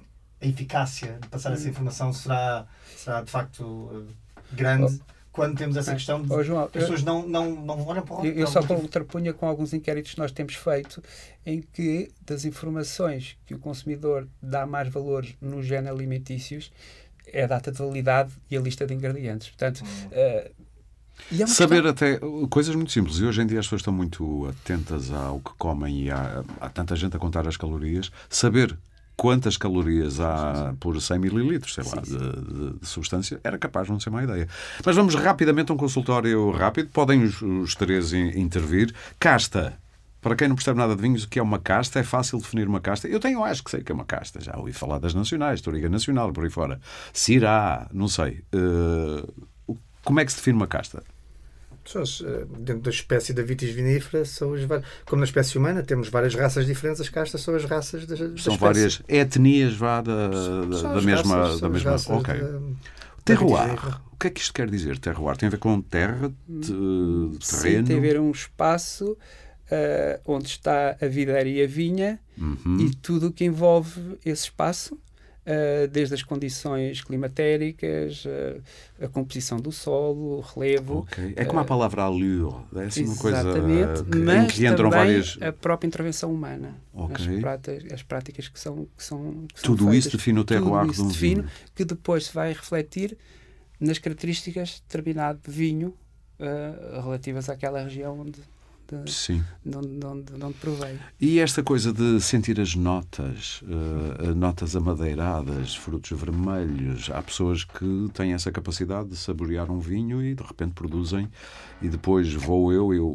a eficácia de passar essa informação será, será de facto grande quando temos essa questão de Oh, João, as pessoas não, não, não olham para o Eu, eu só para o- contrapunha com alguns inquéritos que nós temos feito em que das informações que o consumidor dá mais valor nos géneros alimentícios é a data de validade e a lista de ingredientes. Portanto, eh, e é uma Saber questão- até coisas muito simples. E hoje em dia as pessoas estão muito atentas ao que comem e há, há tanta gente a contar as calorias. Saber quantas calorias há por cem mililitros, sei lá, de, de- de substância, era capaz de não ser má ideia. Mas vamos rapidamente a um consultório rápido. Podem os, os três in- intervir. Casta. Para quem não percebe nada de vinhos, o que é uma casta? É fácil definir uma casta. Eu tenho, acho que sei o que é uma casta. Já ouvi falar das nacionais, Touriga Nacional, por aí fora. Syrah, não sei. Uh, o- como é que se define uma casta? Pessoas, eh, dentro da espécie da vitis vinífera, são os var- como na espécie humana, temos várias raças diferentes, as castas são as raças da, da São espécie. várias etnias vá, da, da, São da as mesma. raças, da são as mesma... raças Ok. da- da vitis Terroir. vinífera. O que é que isto quer dizer, terroir? Tem a ver com terra, te- Sim, terreno? tem a ver um espaço eh, onde está a videira e a vinha Uhum. e tudo o que envolve esse espaço, eh, desde as condições climatéricas, eh, a composição do solo, o relevo. Ok. É como a palavra allure. É assim uma coisa Exatamente, que, em mas que entram também várias. a própria intervenção humana. Ok. As, práticas, as práticas que são, que são, que são Tudo feitas. isso define o terroir Tudo de isso um define, vinho. que depois se vai refletir nas características de determinado vinho eh, relativas àquela região onde, de, Sim. de onde, de onde, de onde provém. E esta coisa de sentir as notas, eh, notas amadeiradas, frutos vermelhos, há pessoas que têm essa capacidade de saborear um vinho e de repente produzem, e depois vou eu, eu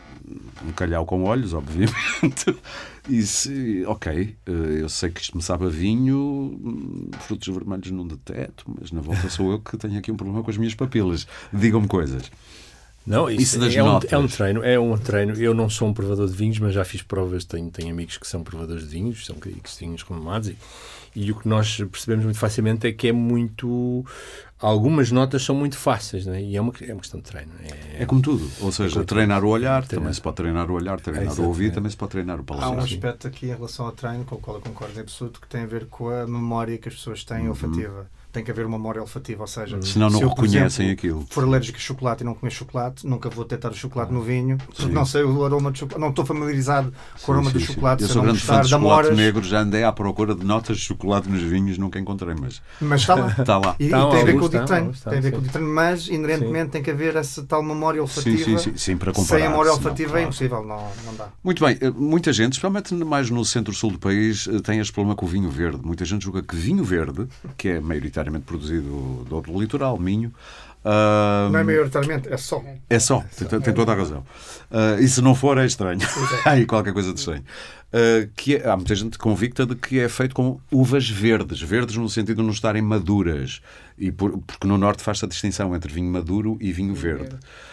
um calhau com olhos, obviamente, e se, ok, eh, eu sei que isto me sabe a vinho, hum, frutos vermelhos não deteto, mas na volta sou eu que tenho aqui um problema com as minhas papilas. Digam-me coisas. Não, isso, Isso das é, um, notas. é um treino, é um treino. Eu não sou um provador de vinhos, mas já fiz provas, tenho, tenho amigos que são provadores de vinhos, são críticos de vinhos renomados, e, e o que nós percebemos muito facilmente é que é muito... Algumas notas são muito fáceis, né? E é uma, é uma questão de treino. É, É como tudo, ou seja, como treinar o olhar, Treinar. também se pode treinar o olhar, treinar É, o ouvido, exatamente. também se pode treinar o Há um paladar. aspecto aqui em relação ao treino com o qual eu concordo em absoluto, que tem a ver com a memória que as pessoas têm Uhum. olfativa. Tem que haver uma memória olfativa, ou seja, Senão não se eu, por reconhecem exemplo, aquilo. for alérgico a chocolate e não comer chocolate, nunca vou detectar o chocolate no vinho, porque Sim. não sei o aroma de chocolate, não estou familiarizado com o aroma Sim, do sim, sim. chocolate, Eu se sou eu não grande fã gostar de de chocolate amoras, negro, já andei à procura de notas de chocolate nos vinhos, nunca encontrei, mas mas está lá. está lá. E, e Estão, tem a ver com o alguns dito estão, treino, alguns estão, tem a ver com o sim. dito treino, mas inerentemente tem que haver essa tal memória Sim, olfativa. sim, sim, sim, para comparar. Sem a memória senão, olfativa é claro. impossível, não, não dá. Muito bem, eh, muita gente, especialmente mais no centro-sul do país, eh, tem este problema com o vinho verde. Muita gente julga que vinho verde, que é maioritariamente produzido do outro litoral, Minho, ah, Não é maioritariamente, é só. é só, tem, tem toda a razão. Ah, e se não for, é estranho. Há aí qualquer coisa de estranho. Ah, que é- há muita gente convicta de que é feito com uvas verdes, verdes no sentido de não estarem maduras, e por- porque no Norte faz-se a distinção entre vinho maduro e vinho verde.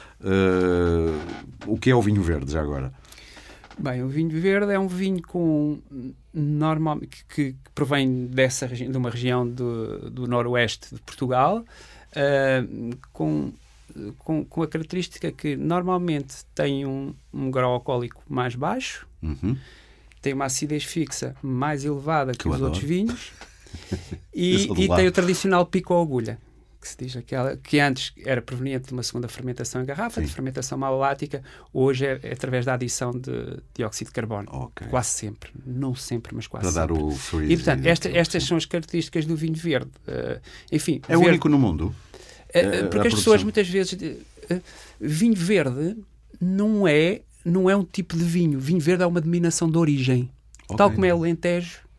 Ah, o que é o vinho verde, já agora? Bem, o vinho verde é um vinho com normal, que, que provém dessa regi- de uma região do, do noroeste de Portugal, ah, com, com, com a característica que normalmente tem um, um grau alcoólico mais baixo, Uhum. tem uma acidez fixa mais elevada que, eu os adoro. outros vinhos Eu e, sou do e lado. tem o tradicional pico à agulha, que se diz aquela, que antes era proveniente de uma segunda fermentação em garrafa, Sim. de fermentação malolática, hoje é, é através da adição de dióxido de carbono. Ok. Quase sempre. Não sempre, mas quase Para dar sempre. o freeze. E, portanto, esta- estas são as características do vinho verde. Uh, enfim, É o verde- único no mundo. Uh, eh, porque a as pessoas produção. muitas vezes... uh, vinho verde não é, não é um tipo de vinho. Vinho verde é uma denominação de origem. Ok. Tal como é o Alentejo,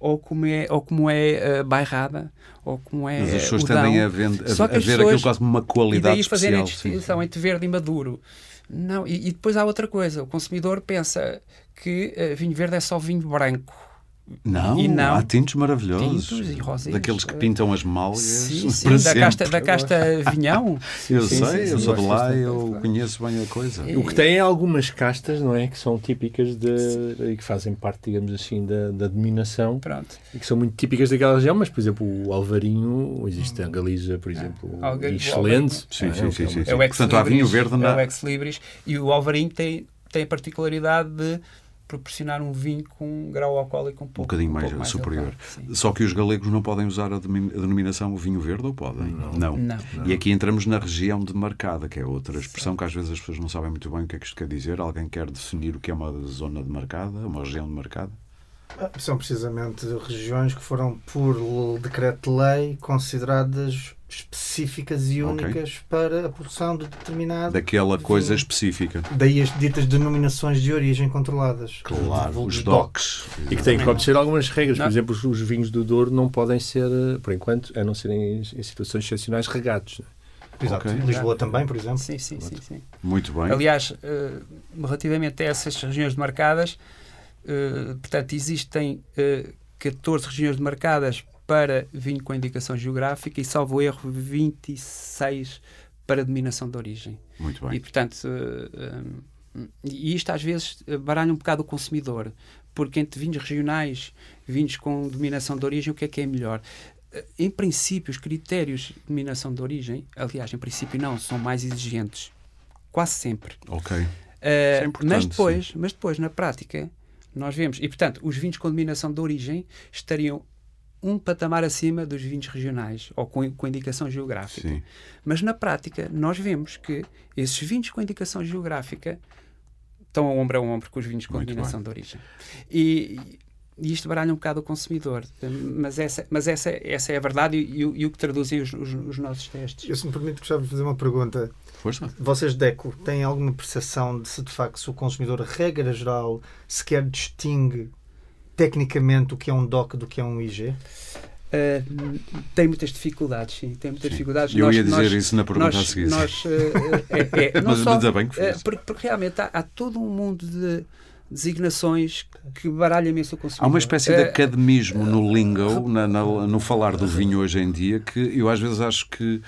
ou como é, ou como é uh, bairrada, ou como é. Mas as pessoas o tendem dão. a, vend- a, Só que a as ver pessoas- aquilo quase como uma E qualidade daí fazerem a especial. sim. distinção entre verde e maduro. Não, e, e depois há outra coisa. O consumidor pensa que uh, vinho verde é só vinho branco. Não, E não. há tintos maravilhosos. Tintos e rosés. Daqueles que pintam as malhas. Sim, para sim, da sempre. casta, da casta vinhão. Eu Sim, sei, sim, eu sim, sou de gosto lá bastante. e eu conheço bem a coisa. E- O que tem é algumas castas, não é? Que são típicas de, e que fazem parte, digamos assim, da, da dominação Pronto. e que são muito típicas daquela região, mas, por exemplo, o Alvarinho, existe a Galiza, por exemplo, Alga- o excelente. Sim, não é? sim, sim, É sim, uma- sim. É o ex Portanto, há vinho libris, verde na- É o ex libris. E o Alvarinho tem, tem a particularidade de proporcionar um vinho com um grau alcoólico um pouco Um bocadinho um mais pouco superior. elevado, sim. Só que os galegos não podem usar a demi- a denominação vinho verde ou podem? Não. Não. E aqui entramos na região demarcada, que é outra expressão que às vezes as pessoas não sabem muito bem o que é que isto quer dizer. Alguém quer definir o que é uma zona demarcada, uma região demarcada? São precisamente regiões que foram, por decreto-lei, consideradas específicas e Ok. únicas para a produção de determinado. Daquela coisa vinho. específica. Daí as ditas denominações de origem controladas. Claro, Vulgos os D O docks. E que têm que obedecer algumas regras. Não. Por exemplo, os, os vinhos do Douro não podem ser, eh, por enquanto, a não serem em, em situações excepcionais, regados. Não é? Exato. Ok. Lisboa também, por exemplo. Sim, sim, sim, sim. Muito bem. Aliás, eh, relativamente a essas regiões demarcadas, eh, portanto, existem eh, catorze regiões demarcadas para vinho com indicação geográfica e, salvo erro, vinte e seis para denominação de origem. Muito E, bem. portanto, eh, eh, e isto às vezes eh, baralha um bocado o consumidor, porque entre vinhos regionais, vinhos com denominação de origem, o que é que é melhor? Eh, Em princípio, os critérios de denominação de origem, aliás, em princípio não, são mais exigentes. Quase sempre. Ok. Uh, é importante, mas, depois, mas depois, na prática, nós vemos, e portanto, os vinhos com denominação de origem estariam um patamar acima dos vinhos regionais ou com, com indicação geográfica. Sim. Mas na prática, nós vemos que esses vinhos com indicação geográfica estão a ombro a ombro com os vinhos com Muito denominação de origem. E, e isto baralha um bocado o consumidor. Mas essa, mas essa, essa é a verdade e, e, o- e o que traduzem os, os, os nossos testes. Eu, se me permite, gostava de fazer uma pergunta. Força. Vocês, DECO, têm alguma percepção de se, de facto, se o consumidor, regra geral, sequer distingue tecnicamente o que é um D O C do que é um I G? Uh, tem muitas dificuldades, sim. Tem muitas Sim. dificuldades. Eu Nós- ia dizer nós- isso na pergunta a nós, seguir. nós, uh, uh, é, é, não Mas só, ainda bem que uh, fez. porque, porque realmente há, há todo um mundo de designações que baralha imenso o consumidor. Há uma espécie de Uh, academismo no lingo, na, na- no falar do vinho hoje em dia, que eu às vezes acho que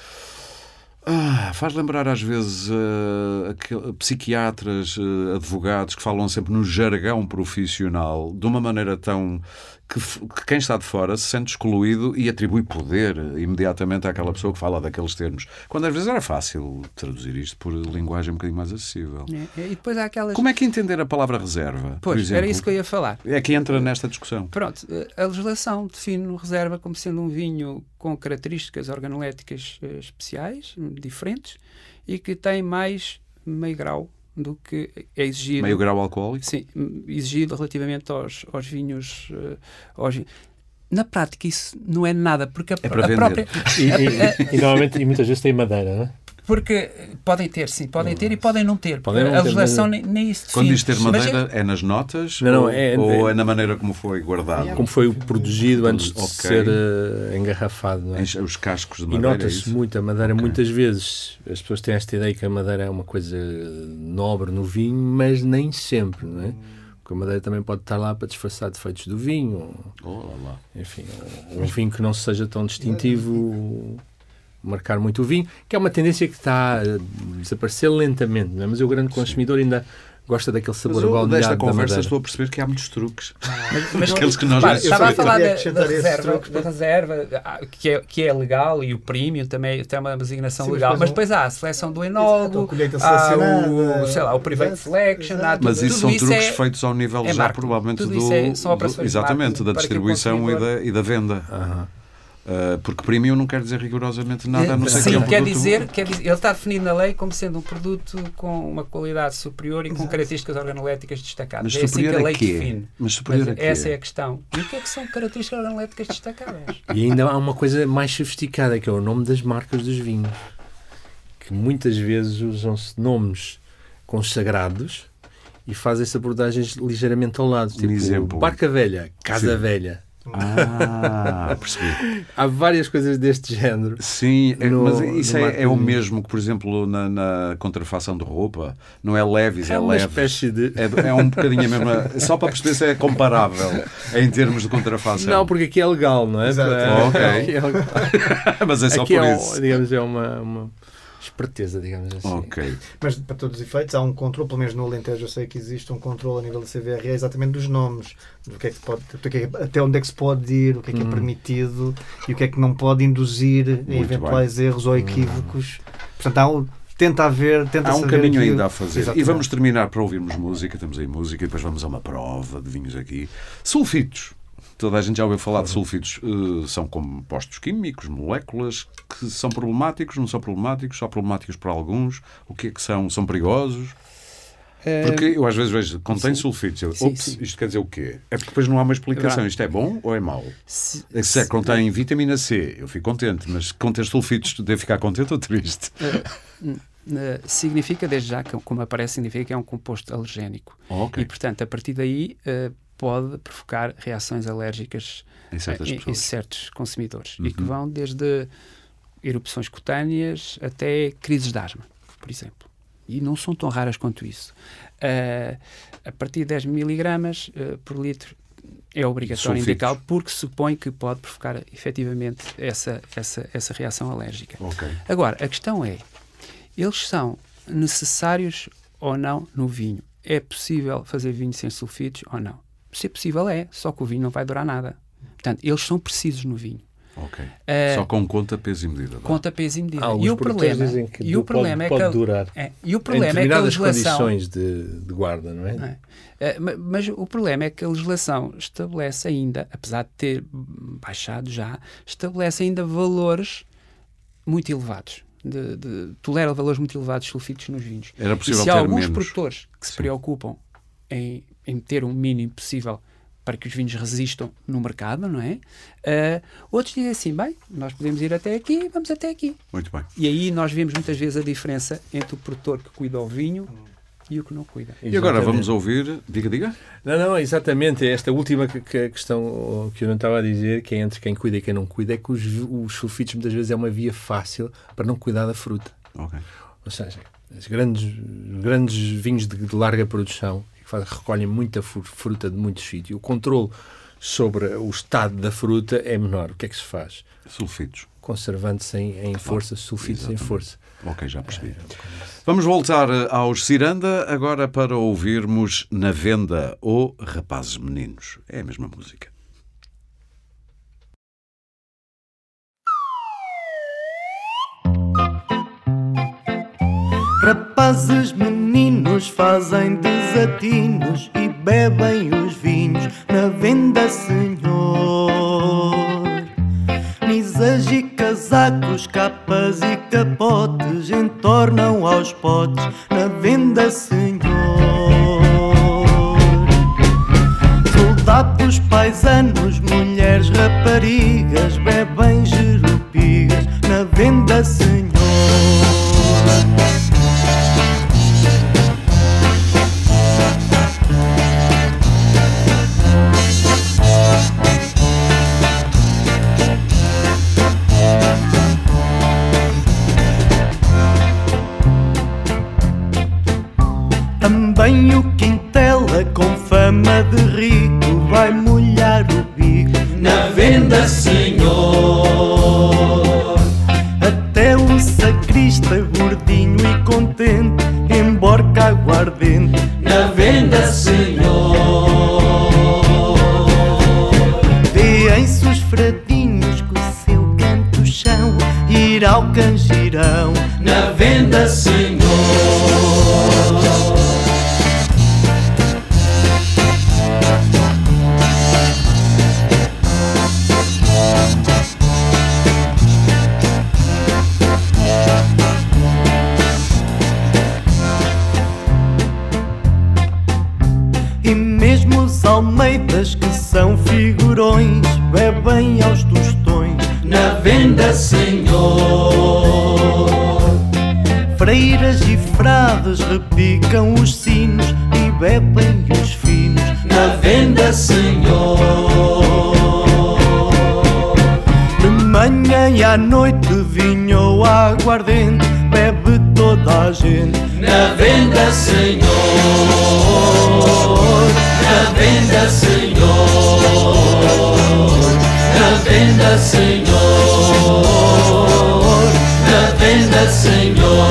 ah, faz lembrar às vezes ah, aquele- psiquiatras, ah, advogados que falam sempre no jargão profissional de uma maneira tão que, f- que quem está de fora se sente excluído e atribui poder imediatamente àquela pessoa que fala daqueles termos. Quando às vezes era fácil traduzir isto por linguagem um bocadinho mais acessível. é, é, e depois há aquelas... Como é que entender a palavra reserva, por Pois, exemplo? era isso que eu ia falar. É que entra nesta discussão. Pronto, a legislação define reserva como sendo um vinho com características organoléticas eh, especiais, diferentes, e que tem mais meio grau do que é exigido. Meio grau alcoólico? Sim, exigido relativamente aos, aos vinhos. eh, aos vi- Na prática, isso não é nada, porque a, É para a vender. própria. E, e- e normalmente, e muitas vezes tem madeira, não é? Porque podem ter, sim, podem ter e podem não ter. Podem não a ter, legislação mas- nem, nem isso define. Quando diz ter Mas madeira, é nas notas Não, não, ou, é- ou é- é na maneira como foi guardado? Como foi produzido antes de Ok. ser eh, engarrafado, não é? Enche- Os cascos de E madeira, é nota-se isso? muito a madeira. Ok. Muitas vezes as pessoas têm esta ideia que a madeira é uma coisa nobre no vinho, mas nem sempre, não é? Porque a madeira também pode estar lá para disfarçar defeitos do vinho, ou, Oh, lá, lá. enfim, um vinho que não seja tão distintivo, marcar muito o vinho, que é uma tendência que está a desaparecer lentamente, não é? Mas o grande consumidor ainda gosta daquele Mas sabor eu, baunilhado desta da conversa madeira. estou a perceber que há muitos truques. Mas, mas Aqueles que nós repara, já estava a Eu só falar queria da, acrescentar da esses reserva, truques, da reserva ah, que, é, que é legal, e o premium também tem uma designação Sim, mas legal, depois mas não- depois há a seleção do Exato, enólogo, a colheita há selecionada, o, sei lá, o private exato, selection, exato. há tudo, Mas isso tudo são isso truques é, feitos ao nível é já marketing. provavelmente Tudo do, isso é- são do- operações de exatamente, marketing da para que o distribuição e consumidor- da, e da venda. Aham. Uh, porque premium não quer dizer rigorosamente nada, a não ser Sim, que é um quer produto dizer, quer dizer, ele está definido na lei como sendo um produto com uma qualidade superior e com Exato. características organoléticas destacadas. Mas É assim que superior a a lei quê? define. Mas superior Mas a quê? essa é a questão. E o que é que são características organoléticas destacadas? E ainda há uma coisa mais sofisticada, que é o nome das marcas dos vinhos, que muitas vezes usam-se nomes consagrados e fazem-se abordagens ligeiramente ao lado, tipo exemplo. Barca Velha, Casa Sim. Velha, Ah, percebi. Há várias coisas deste género. Sim, é, No- mas isso no é, é o marketing. mesmo que, por exemplo, na, na contrafação de roupa. Não é leves, é, É uma leves. espécie de... É, é um bocadinho a mesma. Só para perceber se é comparável em termos de contrafação. Não, porque aqui é legal, não é? Exato. Para- Ok. Aqui é, legal. Mas é só Aqui por é, um- isso. digamos, é uma, uma esperteza, digamos assim. Ok. Mas para todos os efeitos há um controle, pelo menos no Alentejo eu sei que existe um controle a nível da C V R E exatamente dos nomes, do que é que se pode, do que é que- até onde é que se pode ir, o que é que é Hum. permitido e o que é que não pode induzir a Muito eventuais erros ou equívocos. Portanto, há um, tenta haver, tenta Há um saber caminho aqui- ainda a fazer. Exatamente. E vamos terminar para ouvirmos música. Temos aí música e depois vamos a uma prova de vinhos aqui. Sulfitos. Toda a gente já ouviu falar de sulfitos. Uh, são compostos químicos, moléculas que são problemáticos, não são problemáticos, só problemáticos para alguns. O que é que são? São perigosos? É, Porque eu às vezes vejo, contém Sim. sulfitos. Eu, Sim, Ops, sim. isto quer dizer o quê? É porque depois não há uma explicação. Agora- Isto é bom ou é mau? Se, Se é que contém vitamina C, eu fico contente, mas se contém sulfitos, devo ficar contente ou triste? eh, significa, desde já, que, como aparece, significa que é um composto alergénico. Ok, E, portanto, a partir daí eh, pode provocar reações alérgicas em certas em, em pessoas. certos consumidores. E que Uhum. vão desde erupções cutâneas até crises de asma, por exemplo. E não são tão raras quanto isso. Eh, a partir de dez miligramas eh, por litro é obrigatório Sulfitos. indicá-lo, porque supõe que pode provocar efetivamente essa, essa, essa reação alérgica. Ok. Agora, a questão é, eles são necessários ou não no vinho? É possível fazer vinho sem sulfitos ou não? Se é possível, é. Só que o vinho não vai durar nada. Portanto, eles são precisos no vinho. Ok. Eh, Só com conta, peso e medida. vá. Conta, peso e medida. Alguns E o produtores problema, dizem que e o pode- problema pode é que a- durar. é, e o Em problema é que a determinadas legislação... condições de, de guarda, não é? não é? Eh, ma- Mas o problema é que a legislação estabelece ainda, apesar de ter baixado já, estabelece ainda valores muito elevados. De, de, tolera valores muito elevados de sulfitos nos vinhos. Era E possível se ter há alguns menos. produtores que se Sim. preocupam em, em ter o mínimo possível para que os vinhos resistam no mercado, não é? Eh, outros dizem assim, bem, nós podemos ir até aqui, vamos até aqui. Muito bem. E aí nós vemos muitas vezes a diferença entre o produtor que cuida ao vinho e o que não cuida. E agora Exatamente. vamos ouvir. Diga, diga. Não, não, exatamente. Esta última que, que a questão que eu não estava a dizer, que é entre quem cuida e quem não cuida, é que os, os sulfitos muitas vezes é uma via fácil para não cuidar da fruta. Ok. Ou seja, os grandes, grandes vinhos de, de larga produção, que faz- recolhem muita fu- fruta de muitos sítios, o controle sobre o estado da fruta é menor. O que é que se faz? Sulfitos. Conservantes em, em força, sulfitos em exatamente. força. Ok, já percebi. Vamos voltar eh, aos Ciranda agora para ouvirmos Na Venda ou Rapazes Meninos. É a mesma música. Rapazes meninos fazem desatinos e bebem os vinhos na venda, senhor. Misas e casacos, capas e capotes entornam aos potes na venda, senhor. Soldados, paisanos, mulheres, raparigas bebem jerupigas na venda, senhor. Também o Quintela, com fama de rico, vai molhar o bico Na venda, senhor. até o sacrista, gordinho e contente, emborca aguardente. Na venda, senhor. Deem-se os fradinhos com o seu canto chão, ir ao canjirão. Na venda, senhor. E mesmo os almeidas que são figurões bebem aos tostões. Na venda, senhor. Freiras e frades repicam os sinos e bebem os finos. Na venda, senhor. manhã e à noite, vinho ou aguardente, bebe toda a gente. Na venda, Senhor, na venda, Senhor, na venda, Senhor, na venda, Senhor,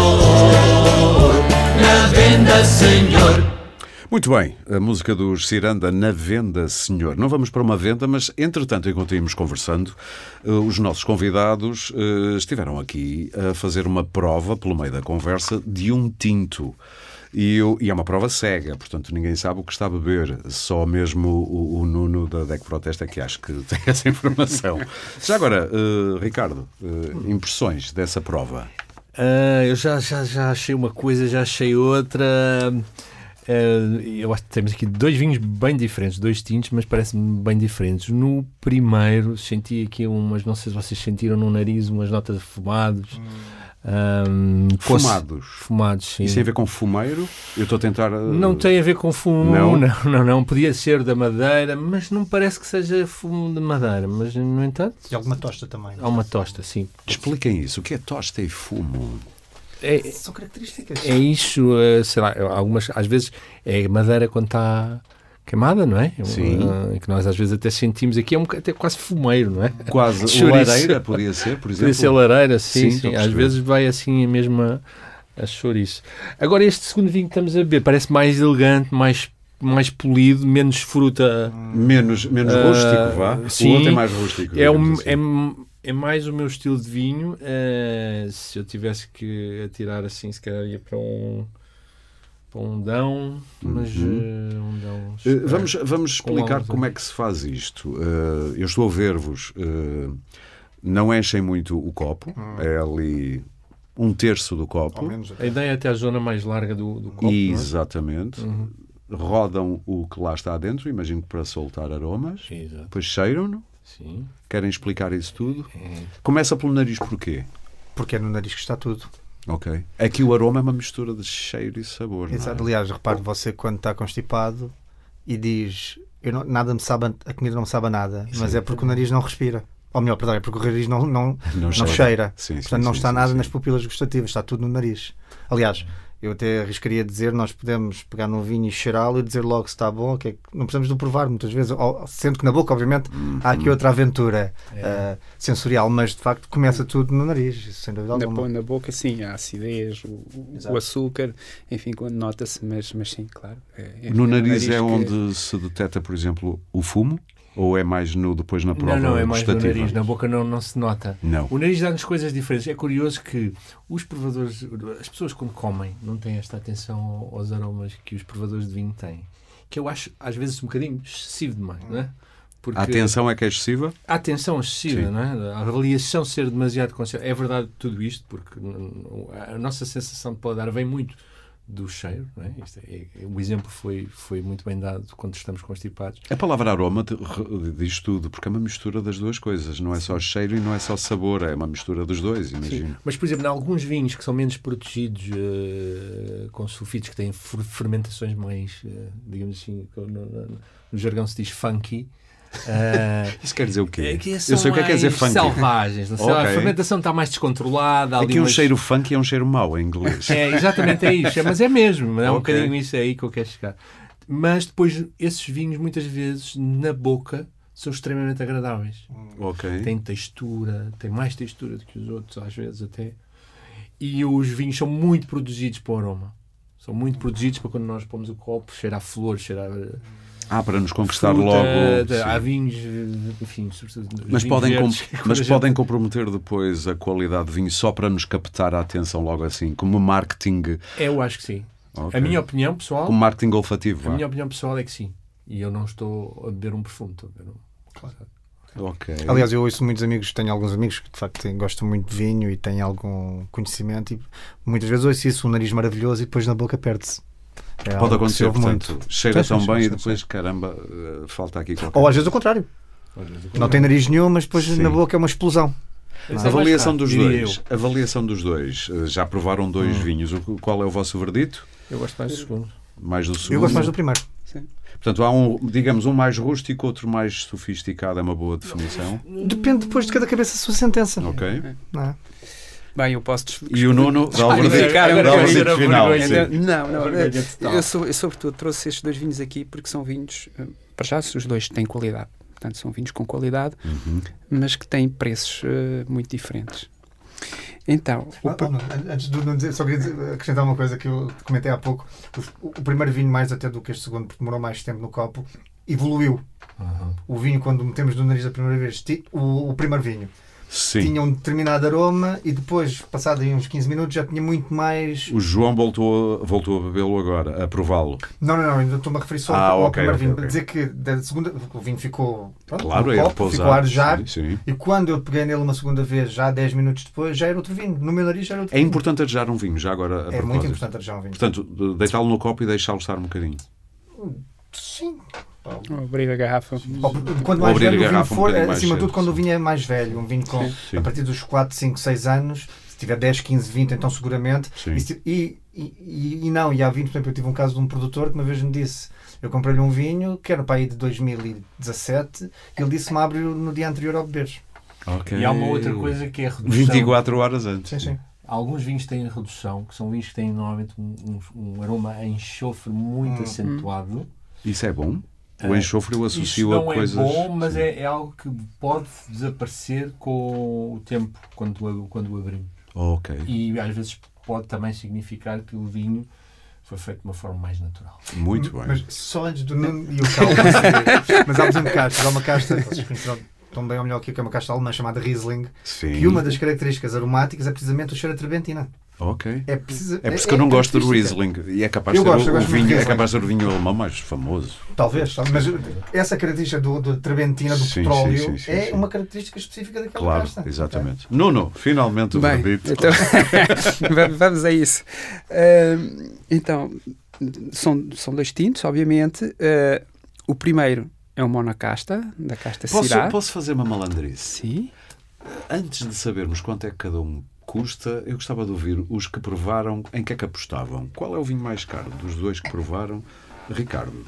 na venda, Senhor. Muito bem, a música dos Ciranda, Na Venda, Senhor. Não vamos para uma venda, mas, entretanto, enquanto íamos conversando, os nossos convidados estiveram aqui a fazer uma prova, pelo meio da conversa, de um tinto. E, eu, e é uma prova cega, portanto, ninguém sabe o que está a beber. Só mesmo o, o Nuno da D E C Protesta é que acho que tem essa informação. Já agora, uh, Ricardo, uh, impressões dessa prova? Uh, eu já, já, já achei uma coisa, já achei outra... Uh, eu acho que temos aqui dois vinhos bem diferentes, dois tintos, mas parecem-me bem diferentes. No primeiro senti aqui umas, não sei se vocês sentiram no nariz, umas notas de fumados. Hum. Um, fumados? Fumados, sim. Isso tem a ver com fumeiro? Eu estou a tentar... Uh... Não tem a ver com fumo, não. não, não, não. Podia ser da madeira, mas não parece que seja fumo de madeira. Mas, no entanto... E alguma tosta também. Há uma tosta, sim. Expliquem isso. O que é tosta e fumo? É, São características. É isso, sei lá, algumas, às vezes é madeira quando está queimada, não é? Sim. Uh, que nós às vezes até sentimos aqui, é um, até quase fumeiro, não é? Quase Chouriço. lareira, podia ser, por exemplo. Podia ser lareira, sim, sim, sim. Às vezes vai assim a mesma a chouriço. Agora este segundo vinho que estamos a beber parece mais elegante, mais mais polido, menos fruta. Menos, menos uh, rústico, vá? Sim. O outro é mais rústico. É, um, assim. é É mais o meu estilo de vinho. Uh, se eu tivesse que atirar assim, se calhar ia para um para um dão, mas uhum. uh, um dão. Uh, vamos, vamos explicar como é que se faz isto. Uh, eu estou a ver-vos. Uh, não enchem muito o copo. Hum. É ali um terço do copo. A ideia é até a zona mais larga do, do copo. Exatamente. Não é? Uhum. Rodam o que lá está dentro, imagino que para soltar aromas. Exato. Depois cheiram-no. Sim. Querem explicar isso tudo? É. Começa pelo nariz porquê? Porque é no nariz que está tudo. Ok. Aqui o aroma é uma mistura de cheiro e sabor. Exato. Não é? Aliás, repare você quando está constipado e diz eu não, nada me sabe, a comida não me sabe a nada, sim, mas é porque o nariz não respira. Ou melhor, perdão, é porque o nariz não, não, não, não cheira. cheira. Sim, Portanto, sim, não sim, está sim, nada sim. nas pupilas gustativas, está tudo no nariz. Aliás, eu até arriscaria dizer, nós podemos pegar num vinho e cheirá-lo e dizer logo se está bom, que é que não precisamos de provar muitas vezes, sendo que na boca, obviamente, hum, há aqui outra aventura é. uh, sensorial, mas de facto começa tudo no nariz, sem dúvida alguma. Na, na boca, sim, a acidez, o, o açúcar, enfim, quando nota-se, mas, mas sim, claro. É, é no nariz, nariz é que... onde se detecta, por exemplo, o fumo? Ou é mais no, depois na prova Não, não, é mais gustativa? no nariz. Na boca não, não se nota. Não. O nariz dá-nos coisas diferentes. É curioso que os provadores, as pessoas quando comem, não têm esta atenção aos aromas que os provadores de vinho têm. Que eu acho, às vezes, um bocadinho excessivo demais, não é? Porque a atenção é que é excessiva? A atenção excessiva, sim. Não é? A avaliação ser demasiado consciente. É verdade tudo isto, porque a nossa sensação de paladar vem muito do cheiro, não é? Isto é, é, o exemplo foi, foi muito bem dado quando estamos constipados. A palavra aroma diz tudo, porque é uma mistura das duas coisas, não é só cheiro e não é só sabor, é uma mistura dos dois, imagino. Sim. Mas, por exemplo, em alguns vinhos que são menos protegidos, uh, com sulfitos, que têm fermentações mais, uh, digamos assim, no, no, no jargão se diz funky. Uh, Isso quer dizer o quê? É que eu sei o que é que quer dizer funky. Selvagens, não sei, okay. A fermentação está mais descontrolada. Aqui ali um umas... cheiro funky é um cheiro mau em inglês. É, exatamente, é isso. É, mas é mesmo, é um okay. bocadinho isso aí que eu quero chegar. Mas depois, esses vinhos, muitas vezes, na boca, são extremamente agradáveis. Okay. Têm textura, têm mais textura do que os outros, às vezes até. E os vinhos são muito produzidos para o aroma. São muito produzidos para quando nós pomos o copo, cheira a flor, cheira a... Ah, para nos conquistar fruta, logo. De, há vinhos, enfim, mas, vinhos podem, verdes, com, mas podem comprometer depois a qualidade de vinho só para nos captar a atenção logo assim, como marketing. Eu acho que sim. Okay. A minha opinião pessoal. Como marketing olfativo. A vá. minha opinião pessoal é que sim. E eu não estou a beber um perfume, estou a beber um. Claro. Okay. Aliás, eu ouço muitos amigos, tenho alguns amigos que de facto têm, gostam muito de vinho e têm algum conhecimento e muitas vezes ouço isso, um nariz maravilhoso e depois na boca perde-se. É Pode acontecer, portanto, muito. cheira sim, tão sim, bem sim, e depois, sim. caramba, falta aqui qualquer Ou às vezes o contrário. Vezes não tem nariz nenhum, mas depois sim. Na boca é uma explosão. A avaliação dos dois. A avaliação dos dois. Já provaram dois hum. vinhos. Qual é o vosso verdito? Eu gosto mais do segundo. Mais do segundo? Eu gosto mais do primeiro. sim. Portanto, há um, digamos, um mais rústico, outro mais sofisticado, é uma boa definição. Depende depois de cada cabeça a sua sentença. Ok. Não é? Bem, eu posso... E o Nuno dá o verdito Explicar um dá o bocadinho. verdito final. Ainda- sim. Não, não. Vergonha Eu, total. eu, sou- eu sobretudo trouxe estes dois vinhos aqui porque são vinhos, eh, para já, os dois têm qualidade. Portanto, são vinhos com qualidade, Uhum. mas que têm preços eh, muito diferentes. Então, o Ah, pr- oh, não, antes de não dizer, só queria dizer- acrescentar uma coisa que eu comentei há pouco. O, o primeiro vinho, mais até do que este segundo, porque demorou mais tempo no copo, evoluiu. Uhum. O vinho, quando metemos no nariz a primeira vez, ti- o, o primeiro vinho Sim. tinha um determinado aroma e depois, passado aí uns quinze minutos, já tinha muito mais. O João voltou, a- voltou a bebê-lo agora, a prová-lo. Não, não, não, ainda estou-me a referir só Ah, ao ok, primeiro ok, vinho. ok. Para dizer que da segunda, o vinho ficou pronto, Claro, no é copo, repousado. ficou a arejar. Sim, sim. E quando eu peguei nele uma segunda vez, já dez minutos depois, já era outro vinho. No meu nariz já era outro É vinho. importante arejar um vinho, já agora a É propósito. muito importante arejar um vinho. Portanto, de- deitá-lo no copo e deixá-lo estar um bocadinho. Sim. abrir a garrafa. Ou, quando mais abrir a velho o vinho garrafa um for, bocadinho mais acima de tudo, cedo, quando sim. o vinho é mais velho, um vinho com, Sim. a partir dos quatro, cinco, seis anos, se tiver dez, quinze, vinte, então seguramente. Sim. E, se- e, e, e não, e há vinhos, por exemplo, eu tive um caso de um produtor que uma vez me disse, eu comprei-lhe um vinho que era para aí de dois mil e dezassete, e ele disse-me abre no dia anterior ao beberes. Ok. E há uma outra coisa que é a redução. vinte e quatro horas antes. Sim, sim. Alguns vinhos têm redução, que são vinhos que têm normalmente um, um, um aroma a enxofre muito Hum. acentuado. Isso é bom? O Ah, enxofre eu Isso associo não a coisas... é bom, mas Sim. é, é algo que pode desaparecer com o tempo, quando, o- quando o abrimos. Ok. E às vezes pode também significar que o vinho foi feito de uma forma mais natural. Muito bem. Mas só antes do Nuno e o Cal conseguir. Mas há, por exemplo, castas. Há uma casta, vocês conheceram tão bem ou melhor que é uma casta alemã chamada Riesling, Sim. que uma das características aromáticas é precisamente o cheiro a trebentina. Ok. É, precisa, É por isso que eu não gosto do característica. Riesling. E é capaz de Eu ser gosto, eu o, o gosto muito vinho, de é Riesling. capaz de ser o vinho alemão mais famoso. Talvez, talvez, mas essa característica do, do trebentina, do Sim, petróleo, sim, sim, sim, é sim. uma característica específica daquela Claro, casta. exatamente. Nuno, finalmente o Bem, verdito. então, va- vamos a isso. Ahm, então, são, são dois tintos, obviamente. Ah, o primeiro é o monocasta, da casta Posso, Syrah. posso fazer uma malandrice? Sim. Antes de sabermos quanto é que cada um custa, eu gostava de ouvir os que provaram, em que é que apostavam. Qual é o vinho mais caro dos dois que provaram? Ricardo.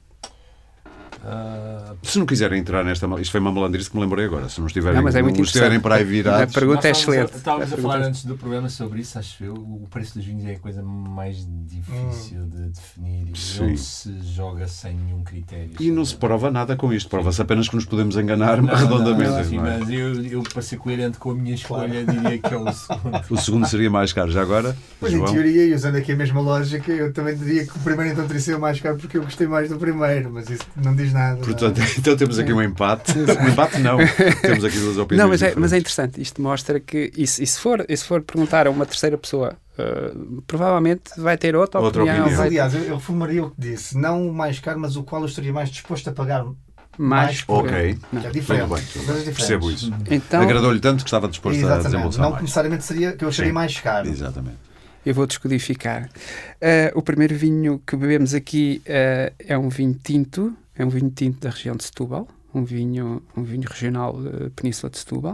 Ah, Se não quiserem entrar nesta... mal- Isto foi uma malandrice que me lembrei agora. Se não estiverem, Não, mas é muito não estiverem interessante. para aí virados... A pergunta é nós estávamos a- excelente. Estávamos a, A falar pergunta é- antes do programa sobre isso, acho eu. O preço dos vinhos é a coisa mais difícil de definir e Sim. não se joga sem nenhum critério. E não se prova nada com isto. Prova-se apenas que nos podemos enganar Não, redondamente. não, sim, não é? mas eu, eu, para ser coerente com a minha escolha, diria que é o segundo. O segundo seria mais caro. Já agora, Pois, em João? teoria, e usando aqui a mesma lógica, eu também diria que o primeiro então teria sido mais caro porque eu gostei mais do primeiro, mas isso não diz nada. Portanto, não. então temos aqui um empate. Um empate não. Temos aqui duas opiniões Não, mas é, diferentes. mas é interessante. Isto mostra que, e se, e se for, e se for perguntar a uma terceira pessoa, uh, provavelmente vai ter outra, Outra opinião. opinião. Vai Aliás, eu, eu reformaria o que disse, não o mais caro, mas o qual eu estaria mais disposto a pagar, mais mais por- Ok. Não. que é diferente. Muito bem. São coisas diferentes. Percebo isso. Então, Agradou-lhe tanto que estava disposto a Exatamente, desembolsar não mais. necessariamente seria que eu acharia Sim. mais caro. Exatamente. eu vou descodificar. Uh, o primeiro vinho que bebemos aqui uh, é um vinho tinto, é um vinho tinto da região de Setúbal, um vinho, um vinho regional da Península de Setúbal,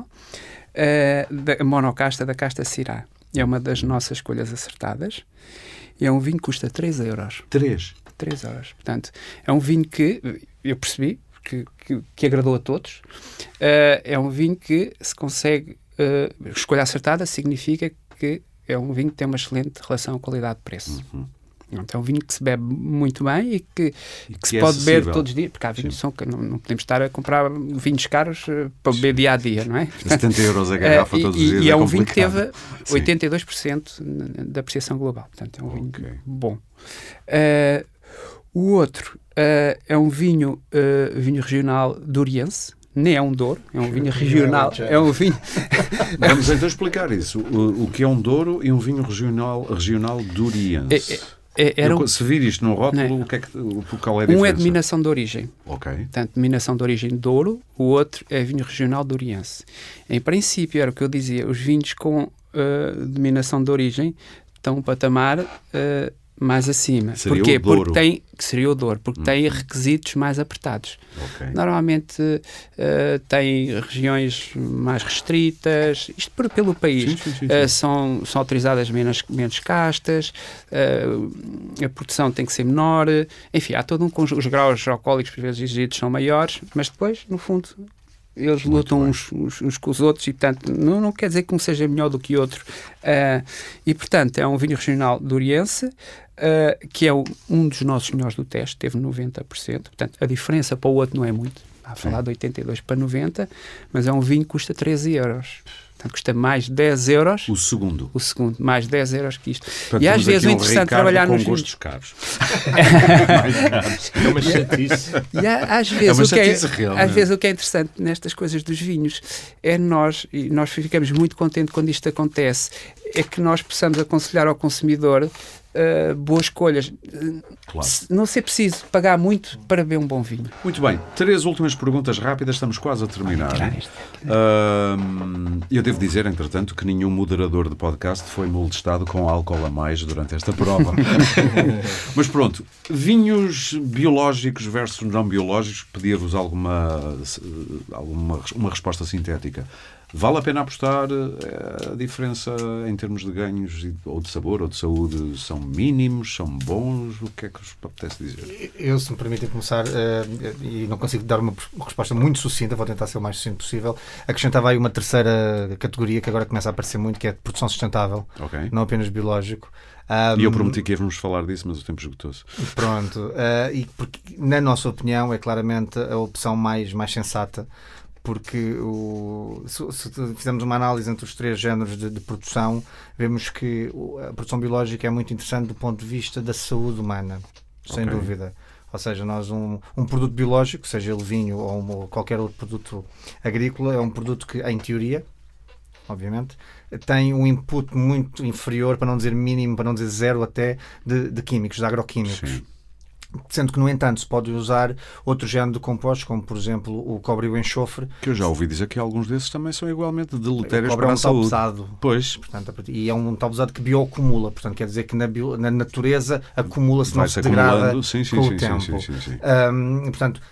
uh, da monocasta da casta Syrah. É uma das nossas escolhas acertadas. É um vinho que custa três euros. Três. três euros. Portanto, é um vinho que eu percebi que, que, que agradou a todos. Uh, é um vinho que se consegue, uh, escolha acertada significa que é um vinho que tem uma excelente relação qualidade-preço. Uhum. Então, é um vinho que se bebe muito bem e que, E que se é pode beber acessível. todos os dias, porque há vinhos Sim. são que não, não podemos estar a comprar vinhos caros uh, para beber dia a dia, não é? setenta euros a garrafa Uh, todos e, os dias e é é um vinho que complicado. teve Sim. oitenta e dois por cento de apreciação global. Portanto, é um vinho Ok. bom. Uh, o outro uh, é um vinho, uh, vinho regional douriense. Nem é um Douro, é um vinho regional. É um vinho... Vamos então explicar isso. O, o que é um Douro e um vinho regional, regional douriense. É, é, era Eu, um, se vir isto no rótulo, Não é. o que é que, o, qual é a um é diferença? de denominação de origem. Ok. Portanto, denominação de origem Douro, o outro é vinho regional douriense. Em princípio, era o que eu dizia, os vinhos com uh, denominação de origem estão um patamar uh, mais acima. Seria Porquê? o Douro. Porque tem, que seria o Douro, porque Hum. tem requisitos mais apertados. Ok. Normalmente uh, tem regiões mais restritas, isto por, pelo país. Sim, sim, sim, Uh, sim. são, são autorizadas menos, menos castas, uh, a produção tem que ser menor, enfim, há todo um conjunto. Os graus alcoólicos, por vezes, exigidos são maiores, mas depois, no fundo, eles Muito lutam bem. uns, uns, uns com os outros e, portanto, não, não quer dizer que um seja melhor do que outro. Uh, e, portanto, é um vinho regional douriense, uh, que é o, um dos nossos melhores do teste, teve noventa por cento. Portanto, a diferença para o outro não é muito. Está a falar de oitenta e dois para noventa, mas é um vinho que custa treze euros. Portanto, custa mais dez euros. O segundo. O segundo, mais dez euros que isto. Portanto, e às temos vezes aqui o um interessante Ricardo trabalhar com nos gostos vinhos. caros. É uma chatice. E há- às É vezes, uma o que é, chatice real, às não é? vezes o que é interessante nestas coisas dos vinhos é nós, e nós ficamos muito contentes quando isto acontece, é que nós possamos aconselhar ao consumidor uh, boas escolhas. Uh, Claro. se- Não ser preciso pagar muito para beber um bom vinho. Muito bem. Três últimas perguntas rápidas, estamos quase a terminar. Tirar este. Ahm, eu devo dizer, entretanto, que nenhum moderador de podcast foi molestado com álcool a mais durante esta prova. Mas pronto, vinhos biológicos versus não biológicos, pedia-vos alguma, alguma uma resposta sintética. Vale a pena apostar? A diferença em termos de ganhos ou de sabor ou de saúde são mínimos, são bons? O que é que vos apetece dizer? Eu, se me permitem começar, eh, e não consigo dar uma resposta muito sucinta, vou tentar ser o mais sucinto possível, acrescentava aí uma terceira categoria que agora começa a aparecer muito, que é de produção sustentável, Ok. não apenas biológico. E eu Um, prometi que íamos falar disso, mas o tempo esgotou-se. Pronto, eh, e porque, na nossa opinião, é claramente a opção mais, mais sensata, porque o, se, se fizermos uma análise entre os três géneros de, de produção, vemos que o- a produção biológica é muito interessante do ponto de vista da saúde humana, sem Ok. dúvida. Ou seja, nós um, um produto biológico, seja ele vinho ou um- qualquer outro produto agrícola, é um produto que, em teoria, obviamente, tem um input muito inferior, para não dizer mínimo, para não dizer zero até, de, de químicos, de agroquímicos. Sim. Sendo que, no entanto, se pode usar outro género de compostos, como, por exemplo, o cobre e o enxofre. Que eu já ouvi dizer que alguns desses também são igualmente O deletérios cobre é para um a metal saúde. pesado. Pois, Portanto, e é um metal pesado que bioacumula. Portanto, quer dizer que na, bio, na natureza acumula-se, não vai-se se degrada acumulando. Sim, sim, com sim, o sim, tempo. sim, sim, sim. Hum, portanto,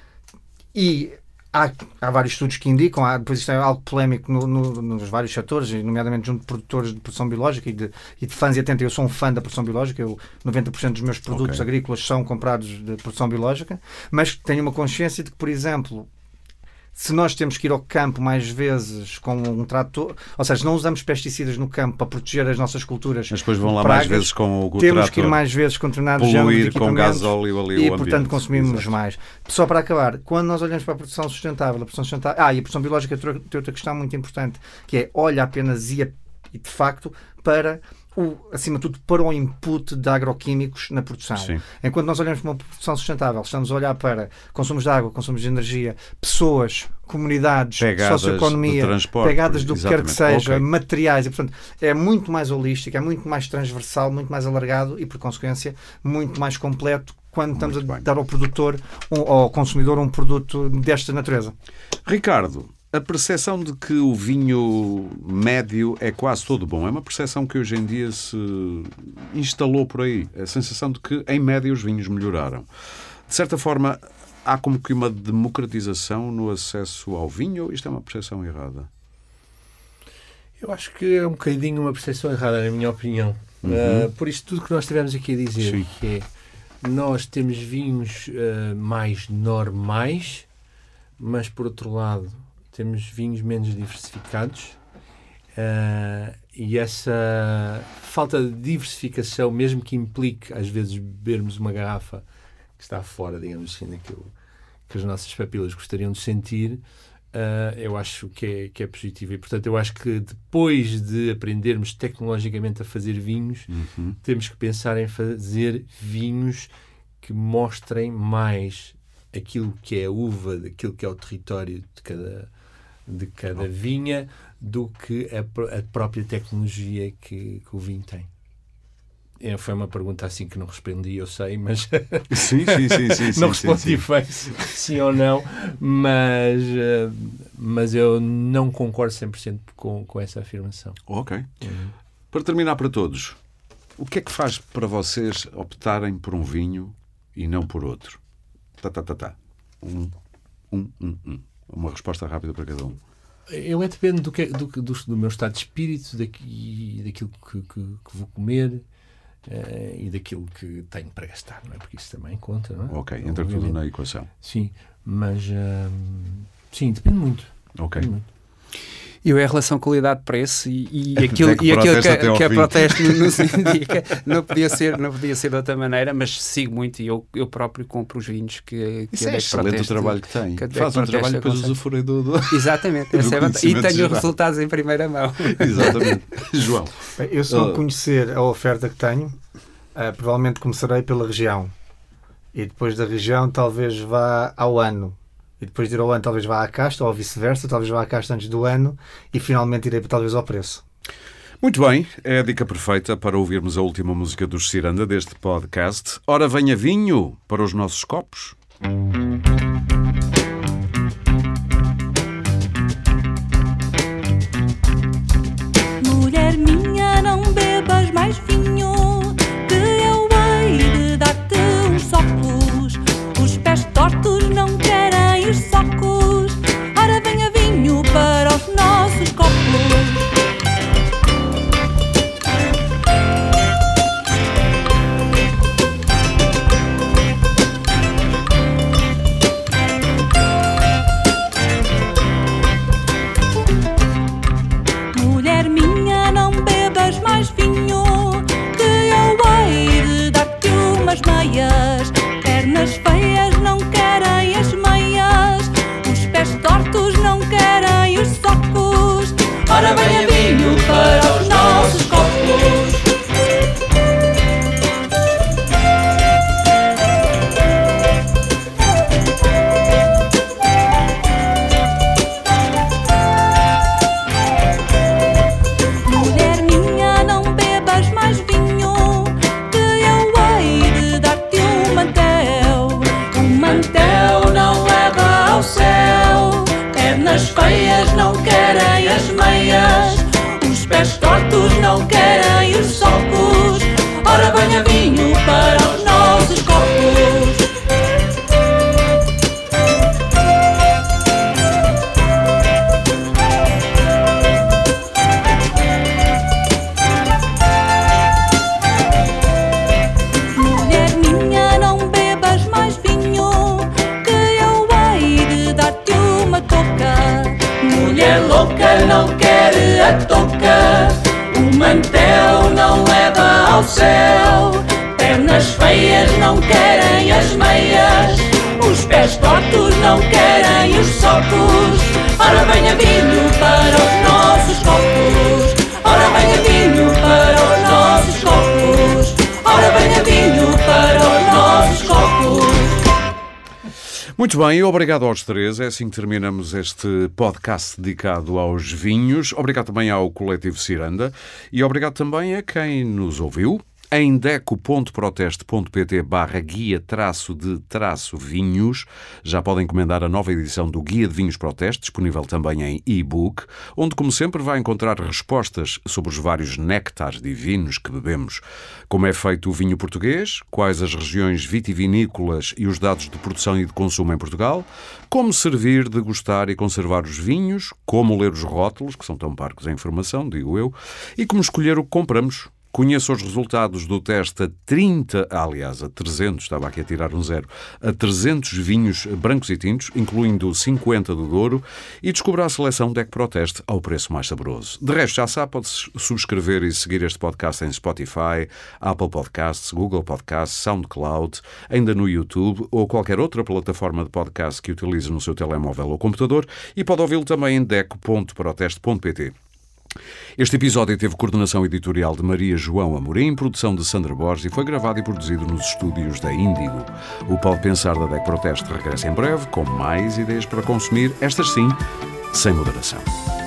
e há, há vários estudos que indicam, há, depois isto é algo polémico no, no, nos vários setores, nomeadamente junto de produtores de produção biológica e de, e de fãs e atentos. Eu sou um fã da produção biológica, eu, noventa por cento dos meus produtos Ok. agrícolas são comprados de produção biológica, mas tenho uma consciência de que, por exemplo, se nós temos que ir ao campo mais vezes com um trator, ou seja, não usamos pesticidas no campo para proteger as nossas culturas, Mas depois vão lá pragas, mais vezes com o, com o temos trator, que ir mais vezes com determinados géneros de poluir com equipamentos gás óleo ali e, o portanto, ambiente. consumimos Exato. mais. Só para acabar, quando nós olhamos para a produção sustentável, a produção sustentável, ah, e a produção biológica tem outra questão muito importante, que é olha apenas e, e de facto para o, acima de tudo, para o input de agroquímicos na produção. Sim. Enquanto nós olhamos para uma produção sustentável, estamos a olhar para consumos de água, consumos de energia, pessoas, comunidades, Pegadas socioeconomia, de transporte, pegadas do que quer que exatamente. seja, Ok. materiais, e portanto é muito mais holístico, é muito mais transversal, muito mais alargado e, por consequência, muito mais completo quando estamos Muito a bem. dar ao produtor, um, ao consumidor, um produto desta natureza. Ricardo, a percepção de que o vinho médio é quase todo bom é uma percepção que hoje em dia se instalou por aí. A sensação de que, em média, os vinhos melhoraram. De certa forma, há como que uma democratização no acesso ao vinho ou isto é uma percepção errada? Eu acho que é um bocadinho uma percepção errada, na minha opinião. Uhum. Uh, por isso, tudo que nós tivemos aqui a dizer, Sim. que é nós temos vinhos uh, mais normais, mas por outro lado temos vinhos menos diversificados. Uh, e essa falta de diversificação, mesmo que implique às vezes bebermos uma garrafa que está fora, digamos assim, daquilo que as nossas papilas gostariam de sentir, Uh, eu acho que é, que é positivo e, portanto, eu acho que depois de aprendermos tecnologicamente a fazer vinhos, Uhum. temos que pensar em fazer vinhos que mostrem mais aquilo que é a uva, daquilo que é o território de cada, de cada vinha, do que a, pr- a própria tecnologia que, que o vinho tem. É, foi uma pergunta assim que não respondi, eu sei, mas Sim, sim, sim, sim, sim, não sim, respondi sim. bem sim ou não, mas, eh, mas eu não concordo cem por cento com, com essa afirmação. Ok. Para terminar para todos, O que é que faz para vocês optarem por um vinho e não por outro? Tá, tá, tá, tá. Um, um, um, um. Uma resposta rápida para cada um. Eu é depende do, que, do, do, do meu estado de espírito, daqui, daquilo que, que, que vou comer uh, e daquilo que tenho para gastar, não é? Porque isso também conta, não é? Ok, entra tudo na equação. Sim, mas uh, sim, depende muito. Ok. Depende muito. Eu é a relação qualidade-preço e, e aquilo, que e aquilo protesta que, até ao que a fim. protesto nos indica não podia, ser, não podia ser de outra maneira, mas sigo muito e eu, eu próprio compro os vinhos que, que Isso a é DEC excelente Proteste- o trabalho que tem. que a DEC Faz um Proteste trabalho depois aconselha. usufrui do... do... Exatamente, do essa é a vantagem. E conhecimento tenho os geral. resultados em primeira mão. Exatamente. João. Bem, eu, se não Uh, conhecer a oferta que tenho, uh, provavelmente começarei pela região. E depois da região, talvez vá ao ano. E depois de ir ao ano, talvez vá à casta, ou vice-versa. Talvez vá à casta antes do ano. E finalmente irei talvez ao preço. Muito bem, é a dica perfeita para ouvirmos a última música dos Ciranda deste podcast. Ora, venha vinho para os nossos copos. Mulher minha, não bebas mais vinho, que eu hei de dar-te uns socos. Os pés tortos não querem os socos. Ora venha vinho para os nossos copos. Mulher minha, não bebas mais vinho, que eu hei de dar-te umas meias. Pernas feias não querem as meias, os pés tortos não querem os socos. Ora venha vinho para os nossos copos. Mulher minha, não bebas mais vinho, que eu hei de dar-te um mantel. Um mantel não leva ao céu. Pernas feias não querem as meias, os pés tortos não querem os socos. Ora venha vinho para os nossos copos. Mulher minha, não bebas mais vinho, que eu hei de dar-te uma touca. Mulher louca não quer a touca, o mantel não leva ao céu. Pernas feias não querem as meias, os pés tortos não querem os socos. Ora venha vinho para os nossos copos. Ora venha vinho para os nossos copos. Ora venha vinho para os nossos copos. Muito bem, obrigado aos três. É assim que terminamos este podcast dedicado aos vinhos. Obrigado também ao Coletivo Ciranda e obrigado também a quem nos ouviu. Em deco.proteste.pt barra guia traço de traço vinhos já podem encomendar a nova edição do Guia de Vinhos Proteste, disponível também em e-book, onde, como sempre, vai encontrar respostas sobre os vários néctares divinos que bebemos. Como é feito o vinho português, quais as regiões vitivinícolas e os dados de produção e de consumo em Portugal, como servir, degustar e conservar os vinhos, como ler os rótulos, que são tão parcos em informação, digo eu, e como escolher o que compramos. Conheça os resultados do teste a trinta, aliás, a trezentos, estava aqui a tirar um zero, a trezentos vinhos brancos e tintos, incluindo cinquenta do Douro, e descubra a seleção D E C Proteste ao preço mais saboroso. De resto, já sabe, pode subscrever e seguir este podcast em Spotify, Apple Podcasts, Google Podcasts, SoundCloud, ainda no YouTube ou qualquer outra plataforma de podcast que utilize no seu telemóvel ou computador, e pode ouvi-lo também em deco ponto proteste ponto pt. Este episódio teve coordenação editorial de Maria João Amorim, produção de Sandra Borges e foi gravado e produzido nos estúdios da Índigo. O Pode Pensar da D E C Proteste regressa em breve com mais ideias para consumir, estas sim, sem moderação.